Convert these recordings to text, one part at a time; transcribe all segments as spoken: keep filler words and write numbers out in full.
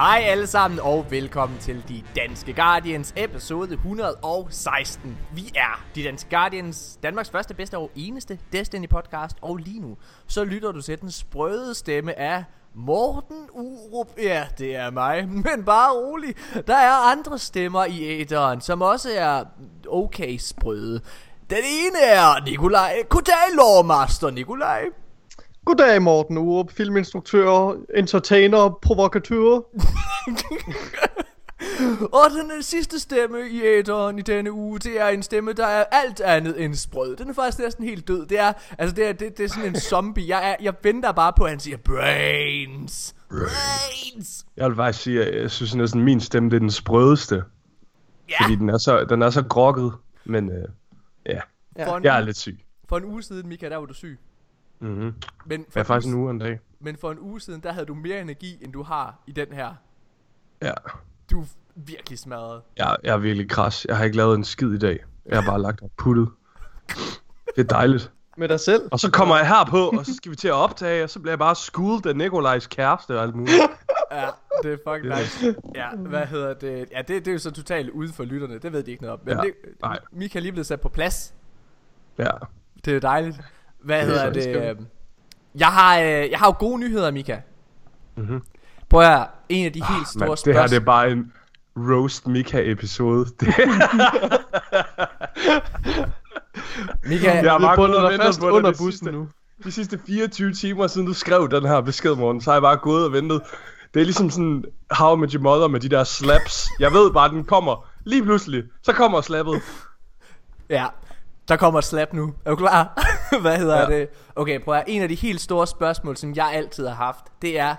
Hej alle sammen og velkommen til De Danske Guardians episode et hundrede og seksten. Vi er De Danske Guardians, Danmarks første, bedste og eneste Destiny podcast. Og lige nu, så lytter du til den sprøde stemme af Morten Urup. Ja, det er mig, men bare rolig. Der er andre stemmer i æteren, som også er okay sprøde. Den ene er Nikolaj. Goddag, Lawmaster Nikolaj. Goddag, Morten Urup, filminstruktør, entertainer, provokatør. Og den sidste stemme i æteren i denne uge, det er en stemme, der er alt andet end sprød. Den er faktisk næsten helt død. Det er, altså det er, det, det er sådan en zombie. Jeg, er, jeg venter bare på, at han siger brains. Brains. Jeg vil faktisk sige, at jeg synes næsten, min stemme det er den sprødeste. Ja. Fordi den er så, den er så grokket. Men øh, ja, ja. jeg er lidt syg. For en uge siden, Mika, der var du syg. Mm-hmm. Men jeg er faktisk en uge en dag. Men for en uge siden, der havde du mere energi, end du har i den her. Ja. Du er virkelig smadret. Jeg, jeg er virkelig kras. Jeg har ikke lavet en skid i dag. Jeg har bare lagt og puttet. Det er dejligt. Med dig selv. Og så kommer jeg herpå, og så skal vi til at optage, og så bliver jeg bare schooled af Nikolajs kæreste og alt muligt. Ja, det er fucking nice. Ja, hvad hedder det? Ja, det, det er jo så totalt uden for lytterne. Det ved de ikke noget om. Men ja, det, nej. Mika er lige blevet sat på plads. Ja. Det er jo dejligt. Hvad hedder det? det? Jeg har, øh, jeg har jo gode nyheder, Mika. Mm-hmm. Prøv at en af de helt ah, store man, spørgsmål. Det her det er bare en roast Mika episode. Mika, jeg har bare gået og ventet fast på under det bussen sidste, nu. De sidste fireogtyve timer siden du skrev den her besked, Morten, så har jeg bare gået og ventet. Det er ligesom sådan How I Met Your Mother med de der slaps. Jeg ved bare, den kommer lige pludselig. Så kommer slappet. Ja, der kommer et slap nu. Er du klar? Hvad hedder ja. det? Okay, prøv at en af de helt store spørgsmål, som jeg altid har haft, det er,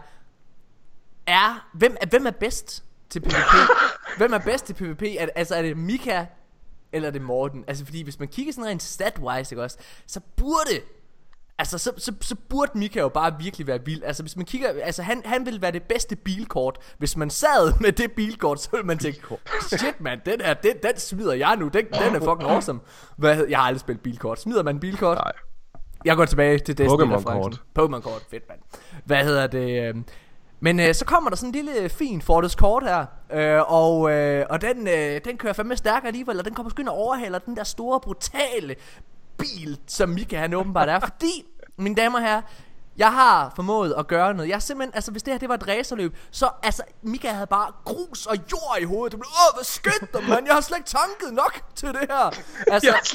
er hvem, er, hvem er bedst til PvP? Hvem er bedst til PvP? Er, altså er det Mika, eller er det Morten? Altså fordi hvis man kigger sådan rent stat-wise, ikke også, så burde Altså så, så, så burde Mika jo bare virkelig være vild. Altså hvis man kigger, altså han, han ville være det bedste bilkort. Hvis man sad med det bilkort, så ville man tænke, shit man, den her, den, den smider jeg nu. Den, den er fucking awesome. Hvad hedder, jeg har aldrig spillet bilkort. Smider man bilkort? Nej. Jeg går tilbage til Destiny. Pokémon-kort. Pokémon-kort, fedt mand. Hvad hedder det? Men øh, så kommer der sådan en lille fin Fortis kort her, øh, og, øh, og den, øh, den kører fandme stærkere alligevel, og den kommer sgu ind og overhaler den der store, brutale bil, som Mika han åbenbart er. Fordi, mine damer og herrer, jeg har formået at gøre noget. Jeg er simpelthen, altså hvis det her det var et racerløb, så altså Mika havde bare grus og jord i hovedet. Det blev, åh hvad skete der, mand? Jeg har slet ikke tanket nok til det her. Altså,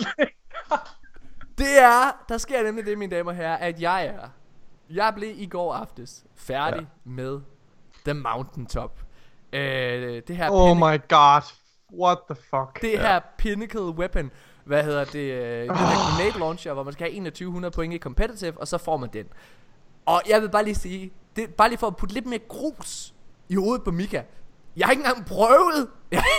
det er, der sker nemlig det, mine damer og herrer, at jeg er, jeg blev i går aftes færdig ja. med The Mountaintop. Øh, det her Oh my god, what the fuck. Det her pinnacle weapon. Hvad hedder det? Øh, den her grenade launcher, hvor man skal have enogtyve hundrede point i competitive, og så får man den. Og jeg vil bare lige sige, det er bare lige for at putte lidt mere grus i hovedet på Mika. Jeg har ikke engang prøvet.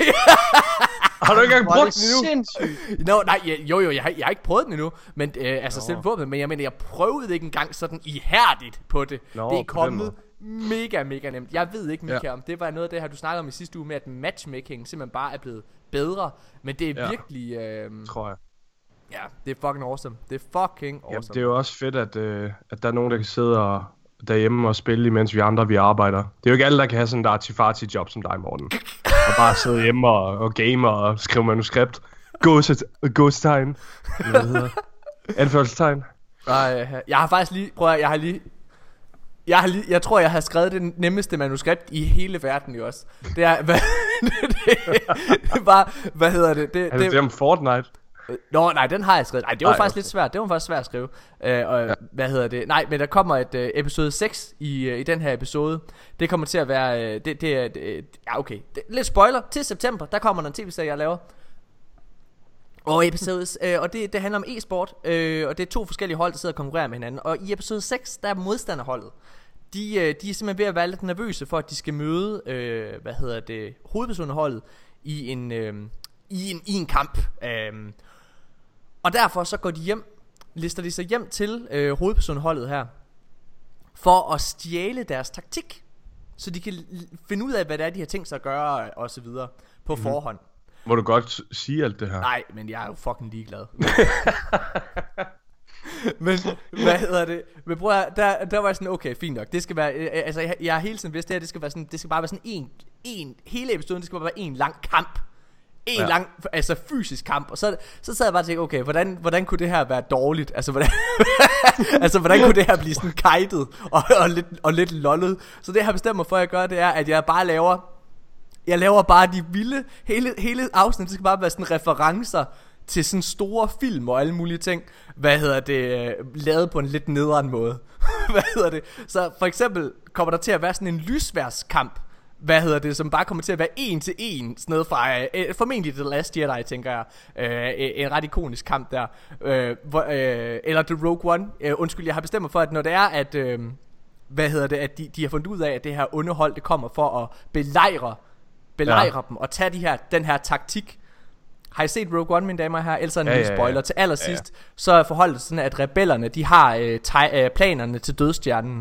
Har du ikke engang brugt den endnu? No, nej, jo jo, jeg har, jeg har ikke prøvet den endnu. Men øh, altså selv våbnet, men jeg mener, jeg prøvede ikke engang sådan ihærdigt på det. Nå, det er kommet mega, mega nemt. Jeg ved ikke, Mika, ja. om det var noget af det her, du snakkede om i sidste uge med, at matchmaking simpelthen bare er blevet bedre. Men det er ja. virkelig øh, tror jeg. Ja, det er fucking awesome. Det er fucking awesome. Jamen, det er jo også fedt, at, øh, at der er nogen, der kan sidde og, derhjemme og spille, imens vi andre vi arbejder. Det er jo ikke alle, der kan have sådan en artifarti job som dig, Morten. Og bare sidde hjemme og, og game og skrive manuskript. Ghost-tegn. Hvad hedder anførselstegn. Nej, jeg har faktisk lige, prøv at, jeg har lige Jeg, har lige, jeg tror jeg har skrevet det nemmeste manuskript i hele verden jo også. Det er hvad, det, det, det er bare, hvad hedder det? Det, er det, det om Fortnite? Nå nej, den har jeg skrevet. Nej, det var nej, faktisk okay. lidt svært. Det var faktisk svært at skrive. Uh, og, ja. Hvad hedder det? Nej, men der kommer et uh, episode seks i uh, i den her episode. Det kommer til at være uh, det det er uh, ja okay. Det, lidt spoiler til september. Der kommer der en tv-serie jeg laver. Og episodes, øh, og det, det handler om e-sport, øh, og det er to forskellige hold, der sidder og konkurrerer med hinanden. Og i episode seks, der er modstanderholdet. De, øh, de er simpelthen ved at være lidt nervøse for, at de skal møde, øh, hvad hedder det, hovedpersonerholdet i en, øh, i en, i en kamp. Øh, og derfor så går de hjem, lister de sig hjem til øh, hovedpersonerholdet her, for at stjæle deres taktik. Så de kan finde ud af, hvad det er, de har tænkt sig at gøre, og så videre, på mm-hmm. forhånd. Må du godt sige alt det her? Nej, men jeg er jo fucking ligeglad. Men hvad hedder det? Men bror, der, der var jeg sådan, okay, fint nok. Det skal være, øh, altså jeg, jeg har hele tiden vidst det her, det skal være sådan, det skal bare være sådan en, en hele episoden, det skal bare være en lang kamp. En ja. lang, altså fysisk kamp. Og så, så sad jeg bare og tænkte, okay, hvordan, hvordan kunne det her være dårligt? Altså hvordan, altså, hvordan kunne det her blive sådan kajtet og, og, lidt, og lidt lollet? Så det jeg har bestemt mig for at gøre, det er, at jeg bare laver, jeg laver bare de vilde, hele, hele afsnit, det skal bare være sådan referencer til sådan store film og alle mulige ting. Hvad hedder det? Lavet på en lidt nederen måde. Hvad hedder det? Så for eksempel kommer der til at være sådan en lysværskamp. Hvad hedder det, som bare kommer til at være en til en, sådan noget fra, øh, formentlig The Last Jedi, tænker jeg, øh, en ret ikonisk kamp der, øh, hvor, øh, eller The Rogue One, øh, undskyld, jeg har bestemt mig for, at når det er, at, øh, hvad hedder det, at de, de har fundet ud af, at det her underhold, det kommer for at belejre, belejre ja. dem, og tage de her, den her taktik. Har I set Rogue One, mine damer her? Ellers en ja, lille spoiler. Ja, ja. Til allersidst, ja, ja. så forholder det sådan, at rebellerne, de har øh, te- øh, planerne til dødstjernen.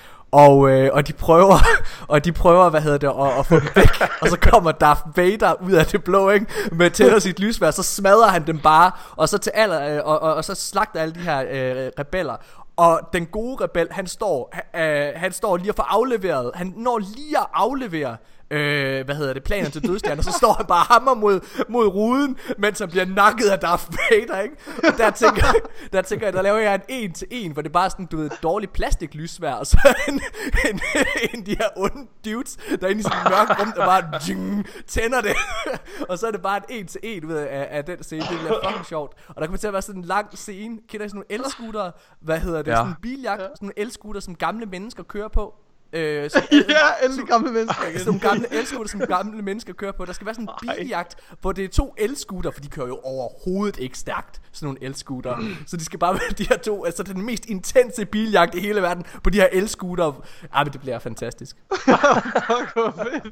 Og, øh, og de prøver Og de prøver, hvad hedder det, at, at få dem væk. Og så kommer Darth Vader ud af det blå, ikke? Med tænder sit lysvær. Så smadrer han dem bare. Og så til aller, øh, og, og, og så slagter alle de her øh, rebeller. Og den gode rebel, han står øh, Han står lige at få afleveret. Han når lige at aflevere øh, hvad hedder det, planer til dødstjernen. Og så står han bare hammer mod, mod ruden, mens han bliver nakket af Darth Vader, ikke? Og der tænker, der tænker jeg, der laver jeg en en til en, hvor det bare er sådan, du ved, dårlig plastiklysvær. Og så en, en, en de her onde dudes, der er inde i sådan en mørk rum, der bare djing, tænder det. Og så er det bare en en til en ud af, af den scene. Det bliver fucking sjovt. Og der kommer til at være sådan en lang scene. Kender I sådan nogle elscooter? Hvad hedder det? Ja. Sådan en biljagt, sådan nogle elscooter, som gamle mennesker kører på. Øh, så, ja, ældre gamle mennesker. Sådan nogle gamle elscooter, som gamle mennesker kører på. Der skal være sådan en biljagt, hvor det er to elscooter, for de kører jo overhovedet ikke stærkt, sådan nogle elscooter. Så de skal bare være de her to, altså den mest intense biljagt i hele verden på de her elscooter. Ej, men det bliver fantastisk. Fuck, hvor fedt.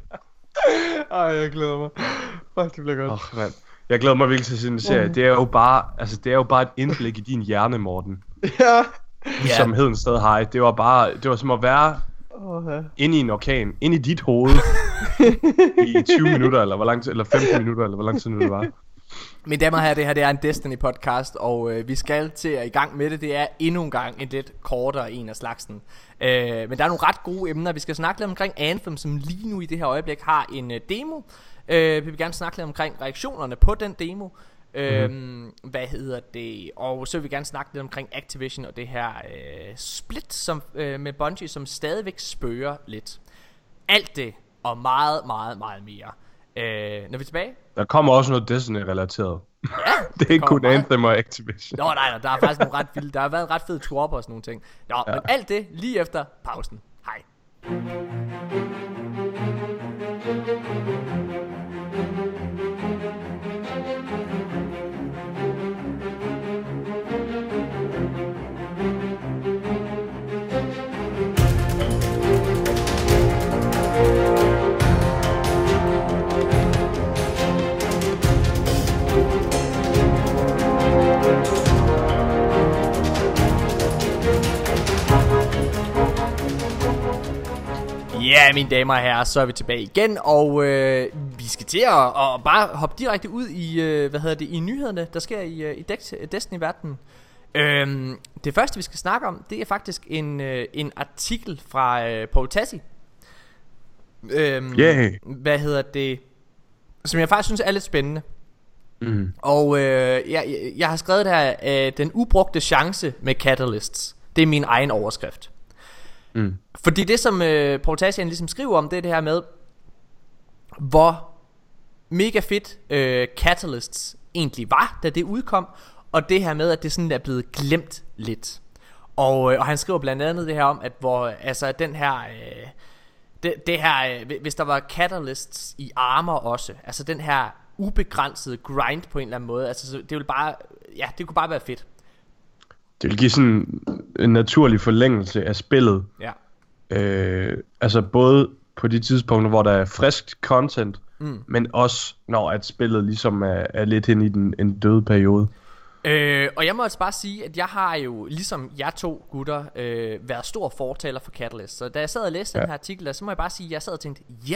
Ej, jeg glæder mig. Fuck, det bliver godt. Oh, man. Jeg glæder mig virkelig til sådan en serie. Det er jo bare, altså det er jo bare et indblik i din hjerne, Morten. Ja. Som hed en sted hej. Det var bare, det var som at være okay. inde i en orkan, inde i dit hoved i tyve minutter, eller hvor lang tid, eller femten minutter, eller hvor lang tid nu det var. Mine damer og herrer, det her det er en Destiny podcast, og øh, vi skal til at i gang med det. Det er endnu en gang en lidt kortere en af slagsen. øh, Men der er nogle ret gode emner. Vi skal snakke lidt omkring Anthem, som lige nu i det her øjeblik har en øh, demo. øh, Vi vil gerne snakke lidt omkring reaktionerne på den demo. Øhm, mm-hmm. Hvad hedder det? Og så vil vi gerne snakke lidt omkring Activision og det her øh, split som, øh, med Bungie, som stadigvæk spøger lidt. Alt det og meget, meget, meget mere. øh, Når vi er tilbage. Der kommer også noget Destiny-relateret. Ja, det er ikke kun meget... Anthem og Activision. Nå nej, nej, der er faktisk nogle ret vilde. Der har været en ret fed twop og sådan nogle ting. Nå, ja. Men alt det lige efter pausen. Hej. Ja, mine damer og herrer, så er vi tilbage igen, og øh, vi skal til at og bare hoppe direkte ud i, øh, hvad hedder det, i nyhederne, der sker i, øh, i Destiny-verdenen. Øhm, det første, vi skal snakke om, det er faktisk en, øh, en artikel fra øh, Paul Tassi. Øhm, yeah. Hvad hedder det, som jeg faktisk synes er lidt spændende. Mm. Og øh, jeg, jeg, jeg har skrevet der, øh, den ubrugte chance med Catalysts. Det er min egen overskrift. Mm. Fordi det som øh, Paul Tassi ligesom skriver om, det er det her med, hvor mega fedt øh, Catalysts egentlig var, da det udkom. Og det her med, at det sådan er blevet glemt lidt. Og, øh, og han skriver blandt andet det her om, at hvor, altså den her øh, det, det her, øh, hvis der var Catalysts i Armor også, altså den her ubegrænsede grind på en eller anden måde, altså det ville bare, ja, det kunne bare være fedt. Det vil give sådan en naturlig forlængelse af spillet. Ja. Øh, altså både på de tidspunkter, hvor der er friskt content, mm. men også når at spillet ligesom er, er lidt hen i den, en døde periode. Øh, og jeg må altså bare sige, at jeg har jo, ligesom jer to gutter, øh, været stor fortaler for Catalyst. Så da jeg sad og læste ja. den her artikel, så må jeg bare sige, at jeg sad og tænkte, ja,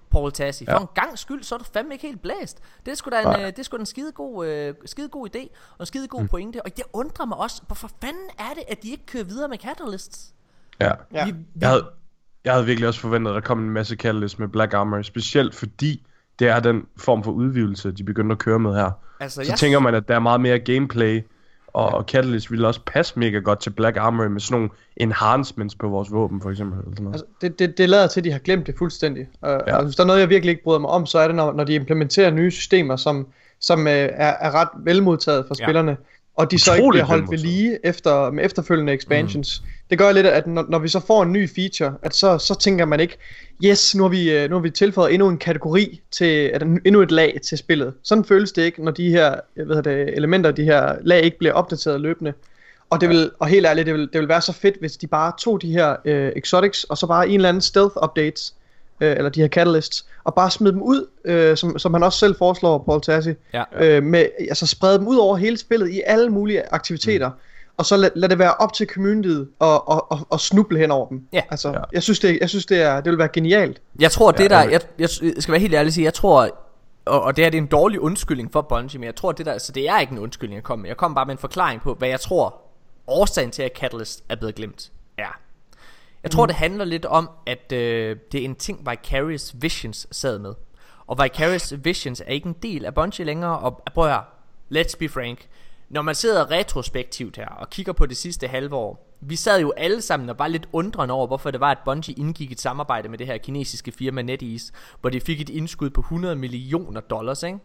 Paul Tassi. For Ja. en gang skyld, så er du fandme ikke helt blæst. Det er sgu da en, øh, det er sgu da en skide god, øh, skide god idé, og en skide god mm. pointe. Og det undrer mig også, hvorfor fanden er det, at de ikke kører videre med Catalysts? Ja. Ja. Vi, vi, Jeg havde, jeg havde virkelig også forventet, at der kom en masse Catalyst med Black Armor, specielt fordi det er den form for udvidelse, de begynder at køre med her. altså, Så jeg, tænker man, at der er meget mere gameplay, og, og Catalyst ville også passe mega godt til Black Armor med sådan nogle enhancements på vores våben, for eksempel. Eller sådan noget. Altså, det, det, det lader til, at de har glemt det fuldstændig. Uh, Ja. altså, hvis der er noget, jeg virkelig ikke bryder mig om, så er det, når, når de implementerer nye systemer, som, som uh, er, er ret velmodtaget for Ja. spillerne, og de så ikke Utroligt bliver holdt ved velmodtaget. lige efter, med efterfølgende expansions. Mm. Det gør lidt, at når, når vi så får en ny feature, at så, så tænker man ikke, yes, nu har, vi, nu har vi tilføjet endnu en kategori, til, at endnu et lag til spillet. Sådan føles det ikke, når de her jeg ved det, elementer, de her lag ikke bliver opdateret løbende. Og det vil, og helt ærligt, det vil, det vil være så fedt, hvis de bare tog de her øh, exotics, og så bare en eller anden stealth updates, øh, eller de her catalysts, og bare smid dem ud, øh, som, som han også selv foreslår, Paul Tassi, Ja. øh, med, altså sprede dem ud over hele spillet i alle mulige aktiviteter, mm. og så lad, lad det være op til communityet og, og, og, og snuble hen over dem. Ja. Altså, Ja. jeg synes, det, jeg synes det, er, det vil være genialt. Jeg tror, det Ja, der, jeg- jeg, jeg, jeg skal være helt ærlig at sige, jeg tror, og, og det her det er en dårlig undskyldning for Bungie, men jeg tror det der, så det er ikke en undskyldning jeg kommer med. Jeg kommer bare med en forklaring på, hvad jeg tror årsagen til, at Catalyst er blevet glemt, er. Jeg tror, mm. det handler lidt om, at øh, det er en ting, Vicarious Visions sad med. Og Vicarious Visions er ikke en del af Bungie længere, og prøv at høre, let's be frank. Når man sidder retrospektivt her og kigger på det sidste halve år, vi sad jo alle sammen og var lidt undrende over, hvorfor det var, at Bungie indgik et samarbejde med det her kinesiske firma NetEase, hvor de fik et indskud på hundrede millioner dollars, ikke?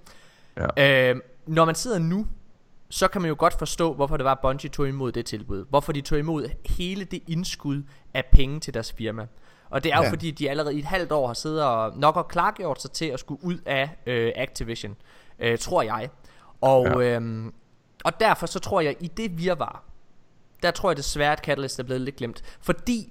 Ja. Øh, når man sidder nu, så kan man jo godt forstå, hvorfor det var, at Bungie tog imod det tilbud. Hvorfor de tog imod hele det indskud af penge til deres firma. Og det er jo Ja. fordi, de allerede i et halvt år har siddet og nok og klargjort sig til at skulle ud af øh, Activision, øh, tror jeg. Og, Ja. øhm, og derfor så tror jeg, i det virvar, der tror jeg desværre, at Catalyst er blevet lidt glemt. Fordi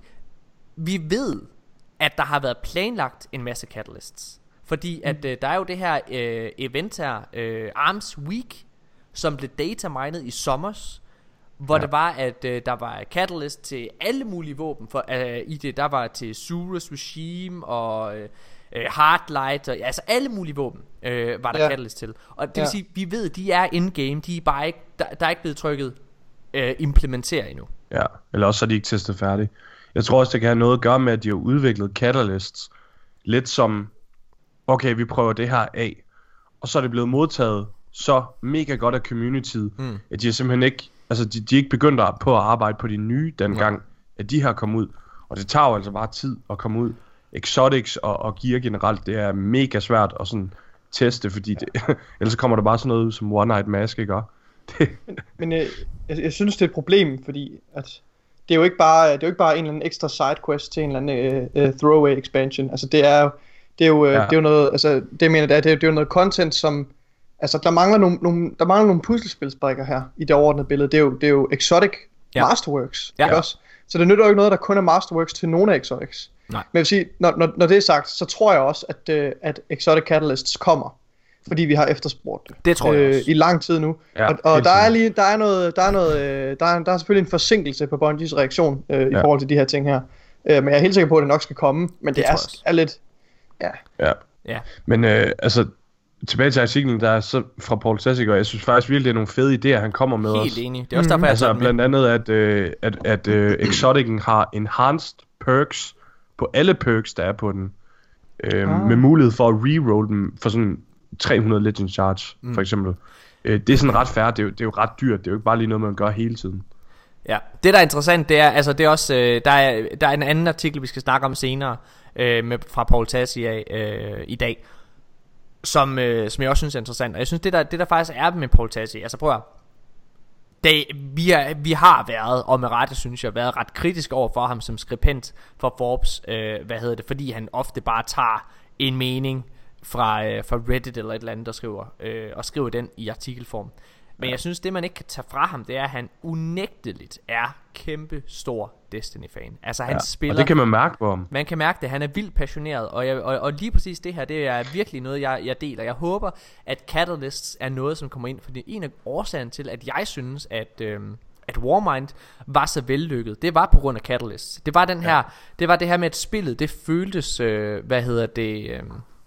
vi ved, at der har været planlagt en masse Catalysts. Fordi at øh, der er jo det her øh, event her, øh, Arms Week, som blev datamined i sommers, hvor ja. det var, at øh, der var Catalyst til alle mulige våben. For øh, i det, der var til Surus Regime og øh, øh, Hardlight, og, altså alle mulige våben øh, var der Ja. Catalyst til. Og det vil Ja. sige, vi ved, de er in-game, de er bare ikke, der, der er ikke blevet trykket øh, implementere endnu. Ja, eller også er de ikke testet færdige. Jeg tror også, det kan have noget at gøre med, at de har udviklet Catalysts lidt som, okay, vi prøver det her af, og så er det blevet modtaget så mega godt af communityet, mm. at de er simpelthen ikke, altså de, de er ikke begyndt at- på at arbejde på de nye dengang, ja. at de har kommet ud. Og det tager jo altså bare tid at komme ud. Exotics og, og gear generelt, det er mega svært at sådan teste, fordi det, ellers kommer der bare sådan noget ud som One Night Mask, ikke? Det, Men øh, jeg, jeg synes, det er et problem, fordi at det er jo ikke bare, det er jo ikke bare en eller anden ekstra sidequest til en eller anden øh, øh, throwaway expansion. Altså det er jo, det er jo, øh, Ja. det er jo noget, altså det jeg mener, det er, det er, det er jo noget content, som, altså der mangler nogle, nogle der mangler nogle puslespilsbrikker her i det overordnede billede. Det er jo, det er jo exotic Ja. masterworks, Ja. ikke også? Så det nytter jo ikke noget, der kun er masterworks til nogle af exotics. Nej. Men jeg vil sige, når, når, når det er sagt, så tror jeg også, at, øh, at exotic catalysts kommer, fordi vi har efterspurgt det. Det tror jeg også. I lang tid nu. Ja, og og helt der er sikkert. lige der er noget der er noget øh, der er, der er selvfølgelig en forsinkelse på Bungies reaktion øh, i Ja. forhold til de her ting her. Øh, men jeg er helt sikker på, at det nok skal komme. Men det, Det det tror er, jeg også. er lidt ja. ja. Ja. Men øh, altså, tilbage til artiklen, der er så fra Paul Tassi, og jeg synes faktisk virkelig, det er nogle fede idéer, han kommer med Helt os. enig. Det er også derfor, jeg Altså tager den med. blandt andet, at, øh, at, at øh, Exoticen har enhanced perks på alle perks, der er på den. Øh, Ah. Med mulighed for at reroll dem for sådan tre hundrede Legend Charge, mm. for eksempel. Øh, det er sådan ret fair, det er, jo, det er jo ret dyrt, det er jo ikke bare lige noget, man gør hele tiden. Ja, det der er interessant, det er, altså det er også, øh, der, er, der er en anden artikel, vi skal snakke om senere, øh, med, fra Paul Tassi af øh, i dag, som, øh, som jeg også synes er interessant. Og jeg synes, det der, det der faktisk er med Paul Tassi, altså prøv at det, vi, er, vi har været, og med rette synes jeg, været ret kritisk over for ham som skribent for Forbes, øh, hvad hedder det, fordi han ofte bare tager en mening fra, øh, fra Reddit eller et eller andet, der skriver, øh, og skriver den i artikelform. Men jeg synes, det man ikke kan tage fra ham, det er, at han unægteligt er kæmpe stor Destiny-fan. Altså han Ja. spiller... Og det kan man mærke på ham. Man kan mærke det, han er vildt passioneret, og, jeg, og, og lige præcis det her, det er virkelig noget, jeg, jeg deler. Jeg håber, at Catalysts er noget, som kommer ind, for det er en af årsagerne til, at jeg synes, at, øhm, at Warmind var så vellykket. Det var på grund af Catalysts. Det var den her, ja. det var det her med, at spillet, det føltes, øh, hvad hedder det, øh,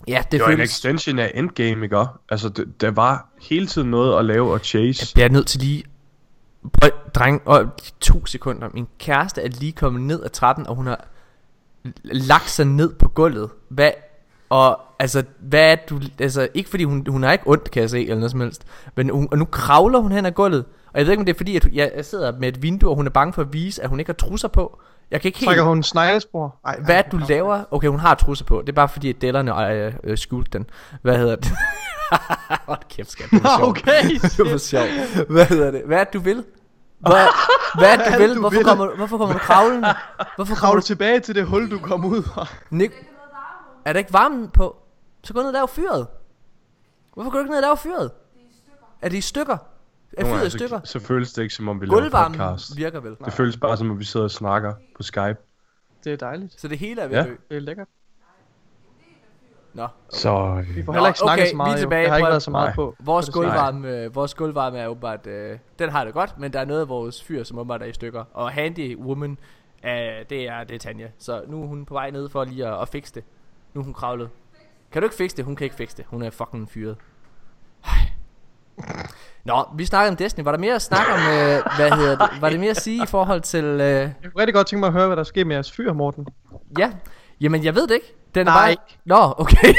Ja, det, Det var en føles... extension af Endgame, ikke? Altså, det, der var hele tiden noget at lave og chase. Jeg er nødt til lige... Prøv, dreng, og to sekunder. Min kæreste er lige kommet ned ad trappen, og hun har lagt sig ned på gulvet. Hvad... Og altså, hvad er du... Altså, ikke fordi hun, hun har ikke ondt, kan jeg se, eller noget som helst. Men hun, og nu kravler hun hen ad gulvet. Og jeg ved ikke, om det er fordi, at jeg, jeg sidder med et vindue, og hun er bange for at vise, at hun ikke har trusser på. Jeg kan ikke helt... Trækker hun sneglespor? Ej, Hvad er det, du laver? Okay, hun har trusser på. Det er bare fordi, at dellerne øh, øh, skjulte den. Hvad hedder det? Hold kæft, skat. Det var sjovt. Okay, Det var sjovt. Hvad hedder det? Hvad er det, du vil? Hvad, hvad er det, du vil? du Hvorfor vil? kommer, du- hvorfor kommer du kravlende? Hvorfor Kravl kommer tilbage til det hul, du kom ud fra. du... Nik... Er der ikke varmen på? Så gå ned og lav fyret. Hvorfor går du ikke ned og lav fyret? Er det i stykker? Er Nogle fyret i gange, stykker? så, så føles det ikke, som om vi laver Gulvvarmen podcast. virker vel. Det føles bare, som om vi sidder og snakker på Skype. Det er dejligt. Så det hele er ved Ja. at dø. Det er lækkert. Nå. Så... Vi får Nå, heller ikke snakket okay, så meget, vi er jo. tilbage Jeg har ikke på- været så meget Nej. på. Vores på det sidste. gulvvarme, øh, vores gulvvarme er åbenbart, øh, den har det godt, men der er noget af vores fyr, som åbenbart er i stykker. Og Handy Woman, øh, det er det er Tanja. Så nu er hun på vej ned for lige at, at fikse det. Nu er hun kravlet. Kan du ikke fikse det? Hun kan ikke fikse det. Hun er fucking fyret. Ej. Nå, vi snakker om Destiny. Var der mere at snakke om, øh, hvad hedder det? Var det mere at sige i forhold til, øh, Jeg kunne rigtig godt tænke mig at høre, hvad der sker med jeres fyr, Morten. ja, jamen jeg ved det ikke. Den er Nej. bare... Nå, okay.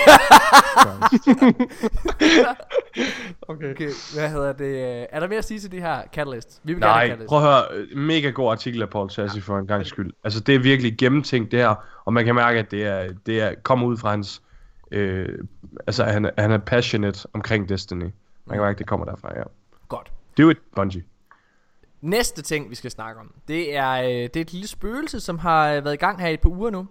Okay. Okay, hvad hedder det? øh, Er der mere at sige til de her Catalyst? Vi vil gerne have Nej, Catalyst. prøv at høre. Mega god artikel af Paul Tassi for en gang skyld. Altså, det er virkelig gennemtænkt det her. Og man kan mærke, at det er, det er kommer ud fra hans... Øh, altså, han, er- han er passionate omkring Destiny. Man kan mærke, at det kommer derfra, ja. Godt. Do it, Bungie. Næste ting vi skal snakke om, det er, øh, det er et lille spøgelse, som har øh, været i gang her i et par uger nu.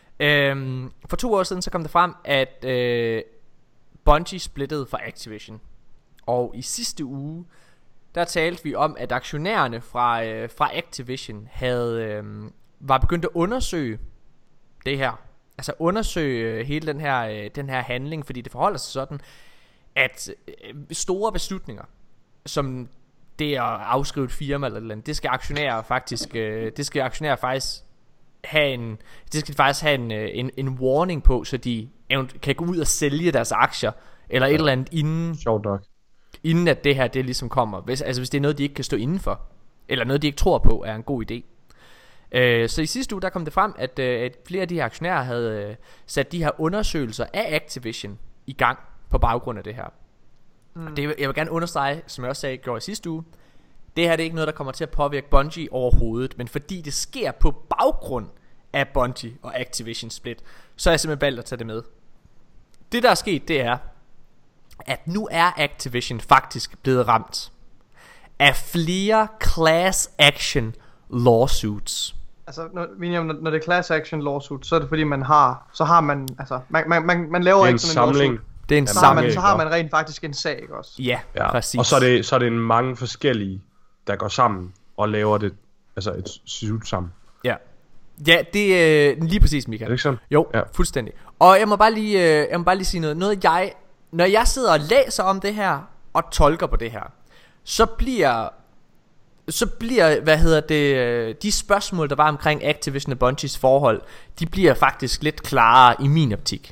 øhm, For to år siden så kom det frem, at øh, Bungie splittede fra Activision. Og i sidste uge, der talte vi om, at aktionærerne fra, øh, fra Activision havde, øh, var begyndt at undersøge det her. Altså undersøge øh, hele den her, øh, den her handling, fordi det forholder sig sådan, at øh, store beslutninger, som det at afskrive et firma eller et eller andet, det skal aktionærer faktisk, øh, det skal aktionærer faktisk have en, det skal de faktisk have en, øh, en, en warning på, så de event- kan gå ud og sælge deres aktier eller et eller andet inden, Sjovt nok. inden at det her det ligesom kommer. Hvis, altså hvis det er noget de ikke kan stå inden for, eller noget de ikke tror på er en god idé. Øh, så i sidste uge der kom det frem, at, øh, at flere af de her aktionærer havde øh, sat de her undersøgelser af Activision i gang på baggrund af det her. Mm. Det, jeg vil gerne understrege, som jeg også sagde gjorde i sidste uge, det her det er ikke noget der kommer til at påvirke Bungie overhovedet, men fordi det sker på baggrund af Bungie og Activision split, så er jeg simpelthen valgt at tage det med. Det der er sket, det er at nu er Activision faktisk blevet ramt af flere class action lawsuits. Altså, når, William, når, når det er class action lawsuit, så er det fordi man har, så har man, altså, man, man, man, man laver Det er ikke en sådan en samling. lawsuit. Det er en Ja, Så har, man, samling. så har man rent faktisk en sag, ikke også? Ja, Ja. præcis. Og så er, det, så er det mange forskellige, der går sammen og laver det, altså et suit sammen. Ja, ja det er øh, lige præcis, Mika. Er det ikke sådan? Jo, ja. Ja. Fuldstændig. Og jeg må bare lige, øh, jeg må bare lige sige noget. Noget jeg, når jeg sidder og læser om det her og tolker på det her, så bliver, så bliver, hvad hedder det, øh, de spørgsmål der var omkring Activision og Bungies forhold, de bliver faktisk lidt klarere i min optik.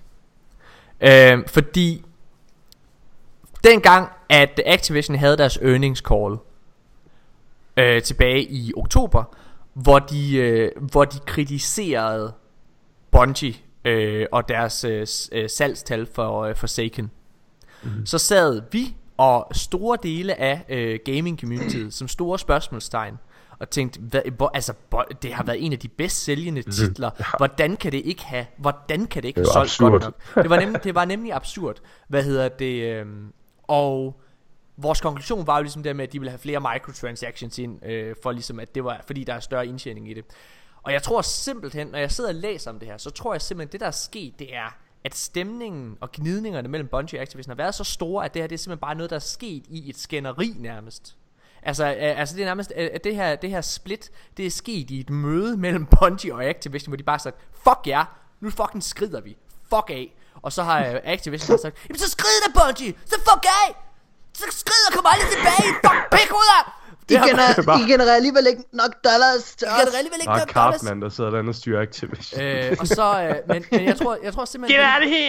Øh, fordi dengang at Activision havde deres earnings call øh, tilbage i oktober, hvor de, øh, hvor de kritiserede Bungie øh, og deres øh, øh, salgstal for øh, Forsaken. Mm-hmm. Så sad vi og store dele af øh, gaming communityet som store spørgsmålstegn og tænkte, hvad, hvor, altså, bo- det har været en af de bedst sælgende titler. Mm. Hvordan kan det ikke have, hvordan kan det ikke Det have var solgt godt absurd. nok? Det var nemlig, det var nemlig absurd. Hvad hedder det? Øh, og vores konklusion var jo ligesom der med, at de ville have flere microtransactions ind, øh, for ligesom at det var, fordi der er større indtjening i det. Og jeg tror simpelthen, når jeg sidder og læser om det her, så tror jeg simpelthen, det der er sket, det er, at stemningen og gnidningerne mellem Bungie og Activision har været så store, at det her det er simpelthen bare noget, der er sket i et skænderi nærmest. Altså, øh, altså det er nærmest, at det her, det her split, det er sket i et møde mellem Bungie og Activision, hvor de bare har sagt, fuck jer, nu fucking skrider vi, fuck af. Og så har øh, Activision bare sagt, jamen så skrid da Bungie, så fuck af, så skrid og kom aldrig tilbage, fuck pik ud af. I, gener- I genererer alligevel ikke nok dollars til I os. genererer alligevel ikke Der er nok dollars. Cartman, der sidder derinde og styrer Activision. Øh, og så, øh, men, men jeg tror, jeg tror simpelthen Get out of here!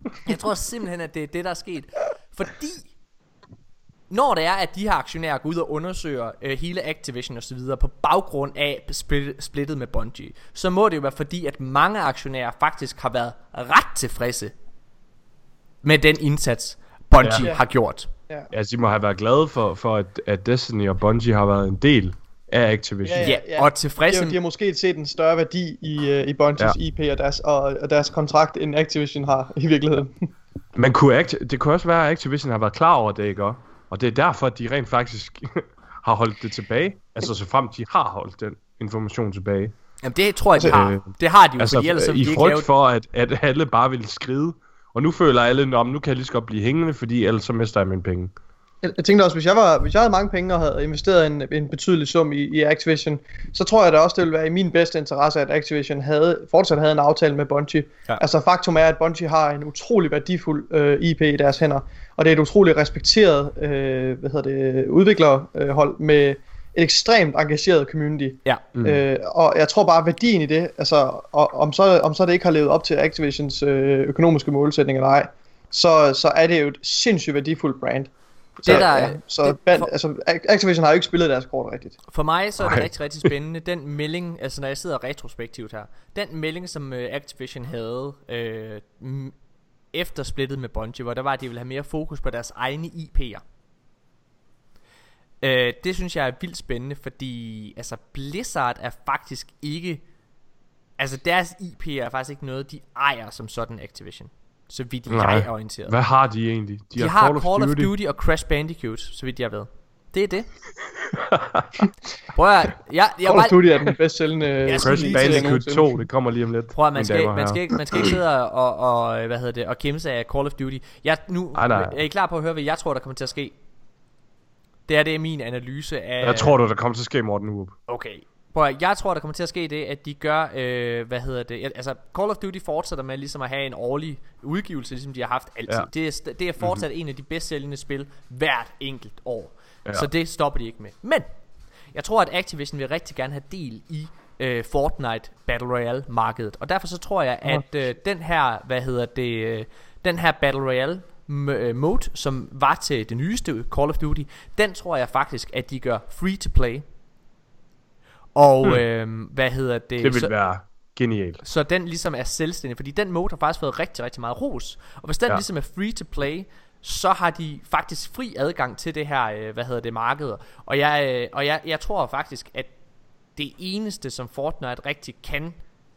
Jeg tror simpelthen, at det er det, der er sket. Fordi når det er, at de her aktionærer går ud og undersøger øh, hele Activision og så videre på baggrund af split, splittet med Bungie, så må det jo være fordi, at mange aktionærer faktisk har været ret tilfredse med den indsats, Bungie Ja. har gjort. Ja. Altså, de må have været glade for, for at, at Destiny og Bungie har været en del af Activision. Ja, Ja, ja. og De tilfredse. har, de har måske set en større værdi i, uh, i Bungies Ja. I P og deres, og, og deres kontrakt, end Activision har i virkeligheden. Men kunne Acti- det kunne også være, at Activision har været klar over det, ikke? Og det er derfor, at de rent faktisk har holdt det tilbage. Altså, så frem de har holdt den information tilbage. Jamen det tror jeg, de Altså, har. øh, Det har de jo, Altså, fordi ellers så ville i de ikke frygt lave... for, at, at alle bare ville skride. Og nu føler alle, at nu kan jeg lige så godt blive hængende, fordi ellers så mister jeg mine penge. Jeg, jeg tænkte også, hvis jeg, var, hvis jeg havde mange penge og havde investeret en, en betydelig sum i, i Activision, så tror jeg da også, det ville være i min bedste interesse, at Activision havde, fortsat havde en aftale med Bungie. Ja. Altså faktum er, at Bungie har en utrolig værdifuld øh, I P i deres hænder, og det er et utroligt respekteret øh, hvad hedder det, udviklerhold med et ekstremt engageret community. Ja. Mm. Øh, og jeg tror bare, at værdien i det, altså og, om, så, om så det ikke har levet op til Activisions øh, økonomiske målsætninger eller ej, så, så er det jo et sindssygt værdifuldt brand. Så, Det der- ja, så det- band, for- altså, Activision har jo ikke spillet deres kort rigtigt. For mig så er det Nej. rigtig, rigtig spændende. Den melding, altså når jeg sidder retrospektivt her, den melding som uh, Activision havde øh, m- efter splittet med Bungie, hvor der var, at de ville have mere fokus på deres egne I P'er. Øh, det synes jeg er vildt spændende, fordi altså Blizzard er faktisk ikke, altså deres I P'er er faktisk ikke noget, de ejer som sådan Activision. Så vidt Nej. jeg er orienteret. Hvad har de egentlig? De, de har Call, Call of Duty. Duty og Crash Bandicoot, så vidt jeg ved. Det er det. Prøv at, jeg, jeg, jeg Call of var, Duty er den bedst sælgende Jeg skulle Crash lige til Bandicoot nogensinde. to, det kommer lige om lidt. prøv at, man mine skal, damer og man herrer. skal, ikke, man skal ikke sidde og, og, hvad hedder det, og kæmpe sig af Call of Duty. Jeg, nu, Ej, nej. er I klar på at høre, hvad jeg tror, der kommer til at ske? Det er det er min analyse af... Jeg tror du, der kommer til at ske, Morten Urup. Okay. Prøv at, jeg tror, der kommer til at ske det, at de gør, øh, hvad hedder det, altså Call of Duty fortsætter med ligesom at have en årlig udgivelse, ligesom de har haft altid. Ja. Det, er, st- det er fortsat mm-hmm. en af de bedst sælgende spil hvert enkelt år. Ja. Så det stopper de ikke med. Men, jeg tror, at Activision vil rigtig gerne have del i øh, Fortnite Battle Royale markedet. Og derfor så tror jeg, at øh, den her, hvad hedder det, øh, den her Battle Royale mode, som var til det nyeste Call of Duty, den tror jeg faktisk, at de gør free to play. Og hmm. øh, hvad hedder det? Det vil så, være genialt. så den ligesom er selvstændig, fordi den mode har faktisk fået rigtig, rigtig meget ros. Og hvis den ja. ligesom er free to play, så har de faktisk fri adgang til det her, øh, hvad hedder det, marked. Og jeg, øh, og jeg, jeg tror faktisk, at det eneste, som Fortnite rigtig kan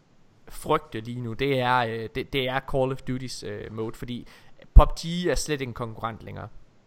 frygte lige nu, det er, øh, det, det er Call of Duty's øh, mode, fordi P U B G er slet ikke en konkurrent længere.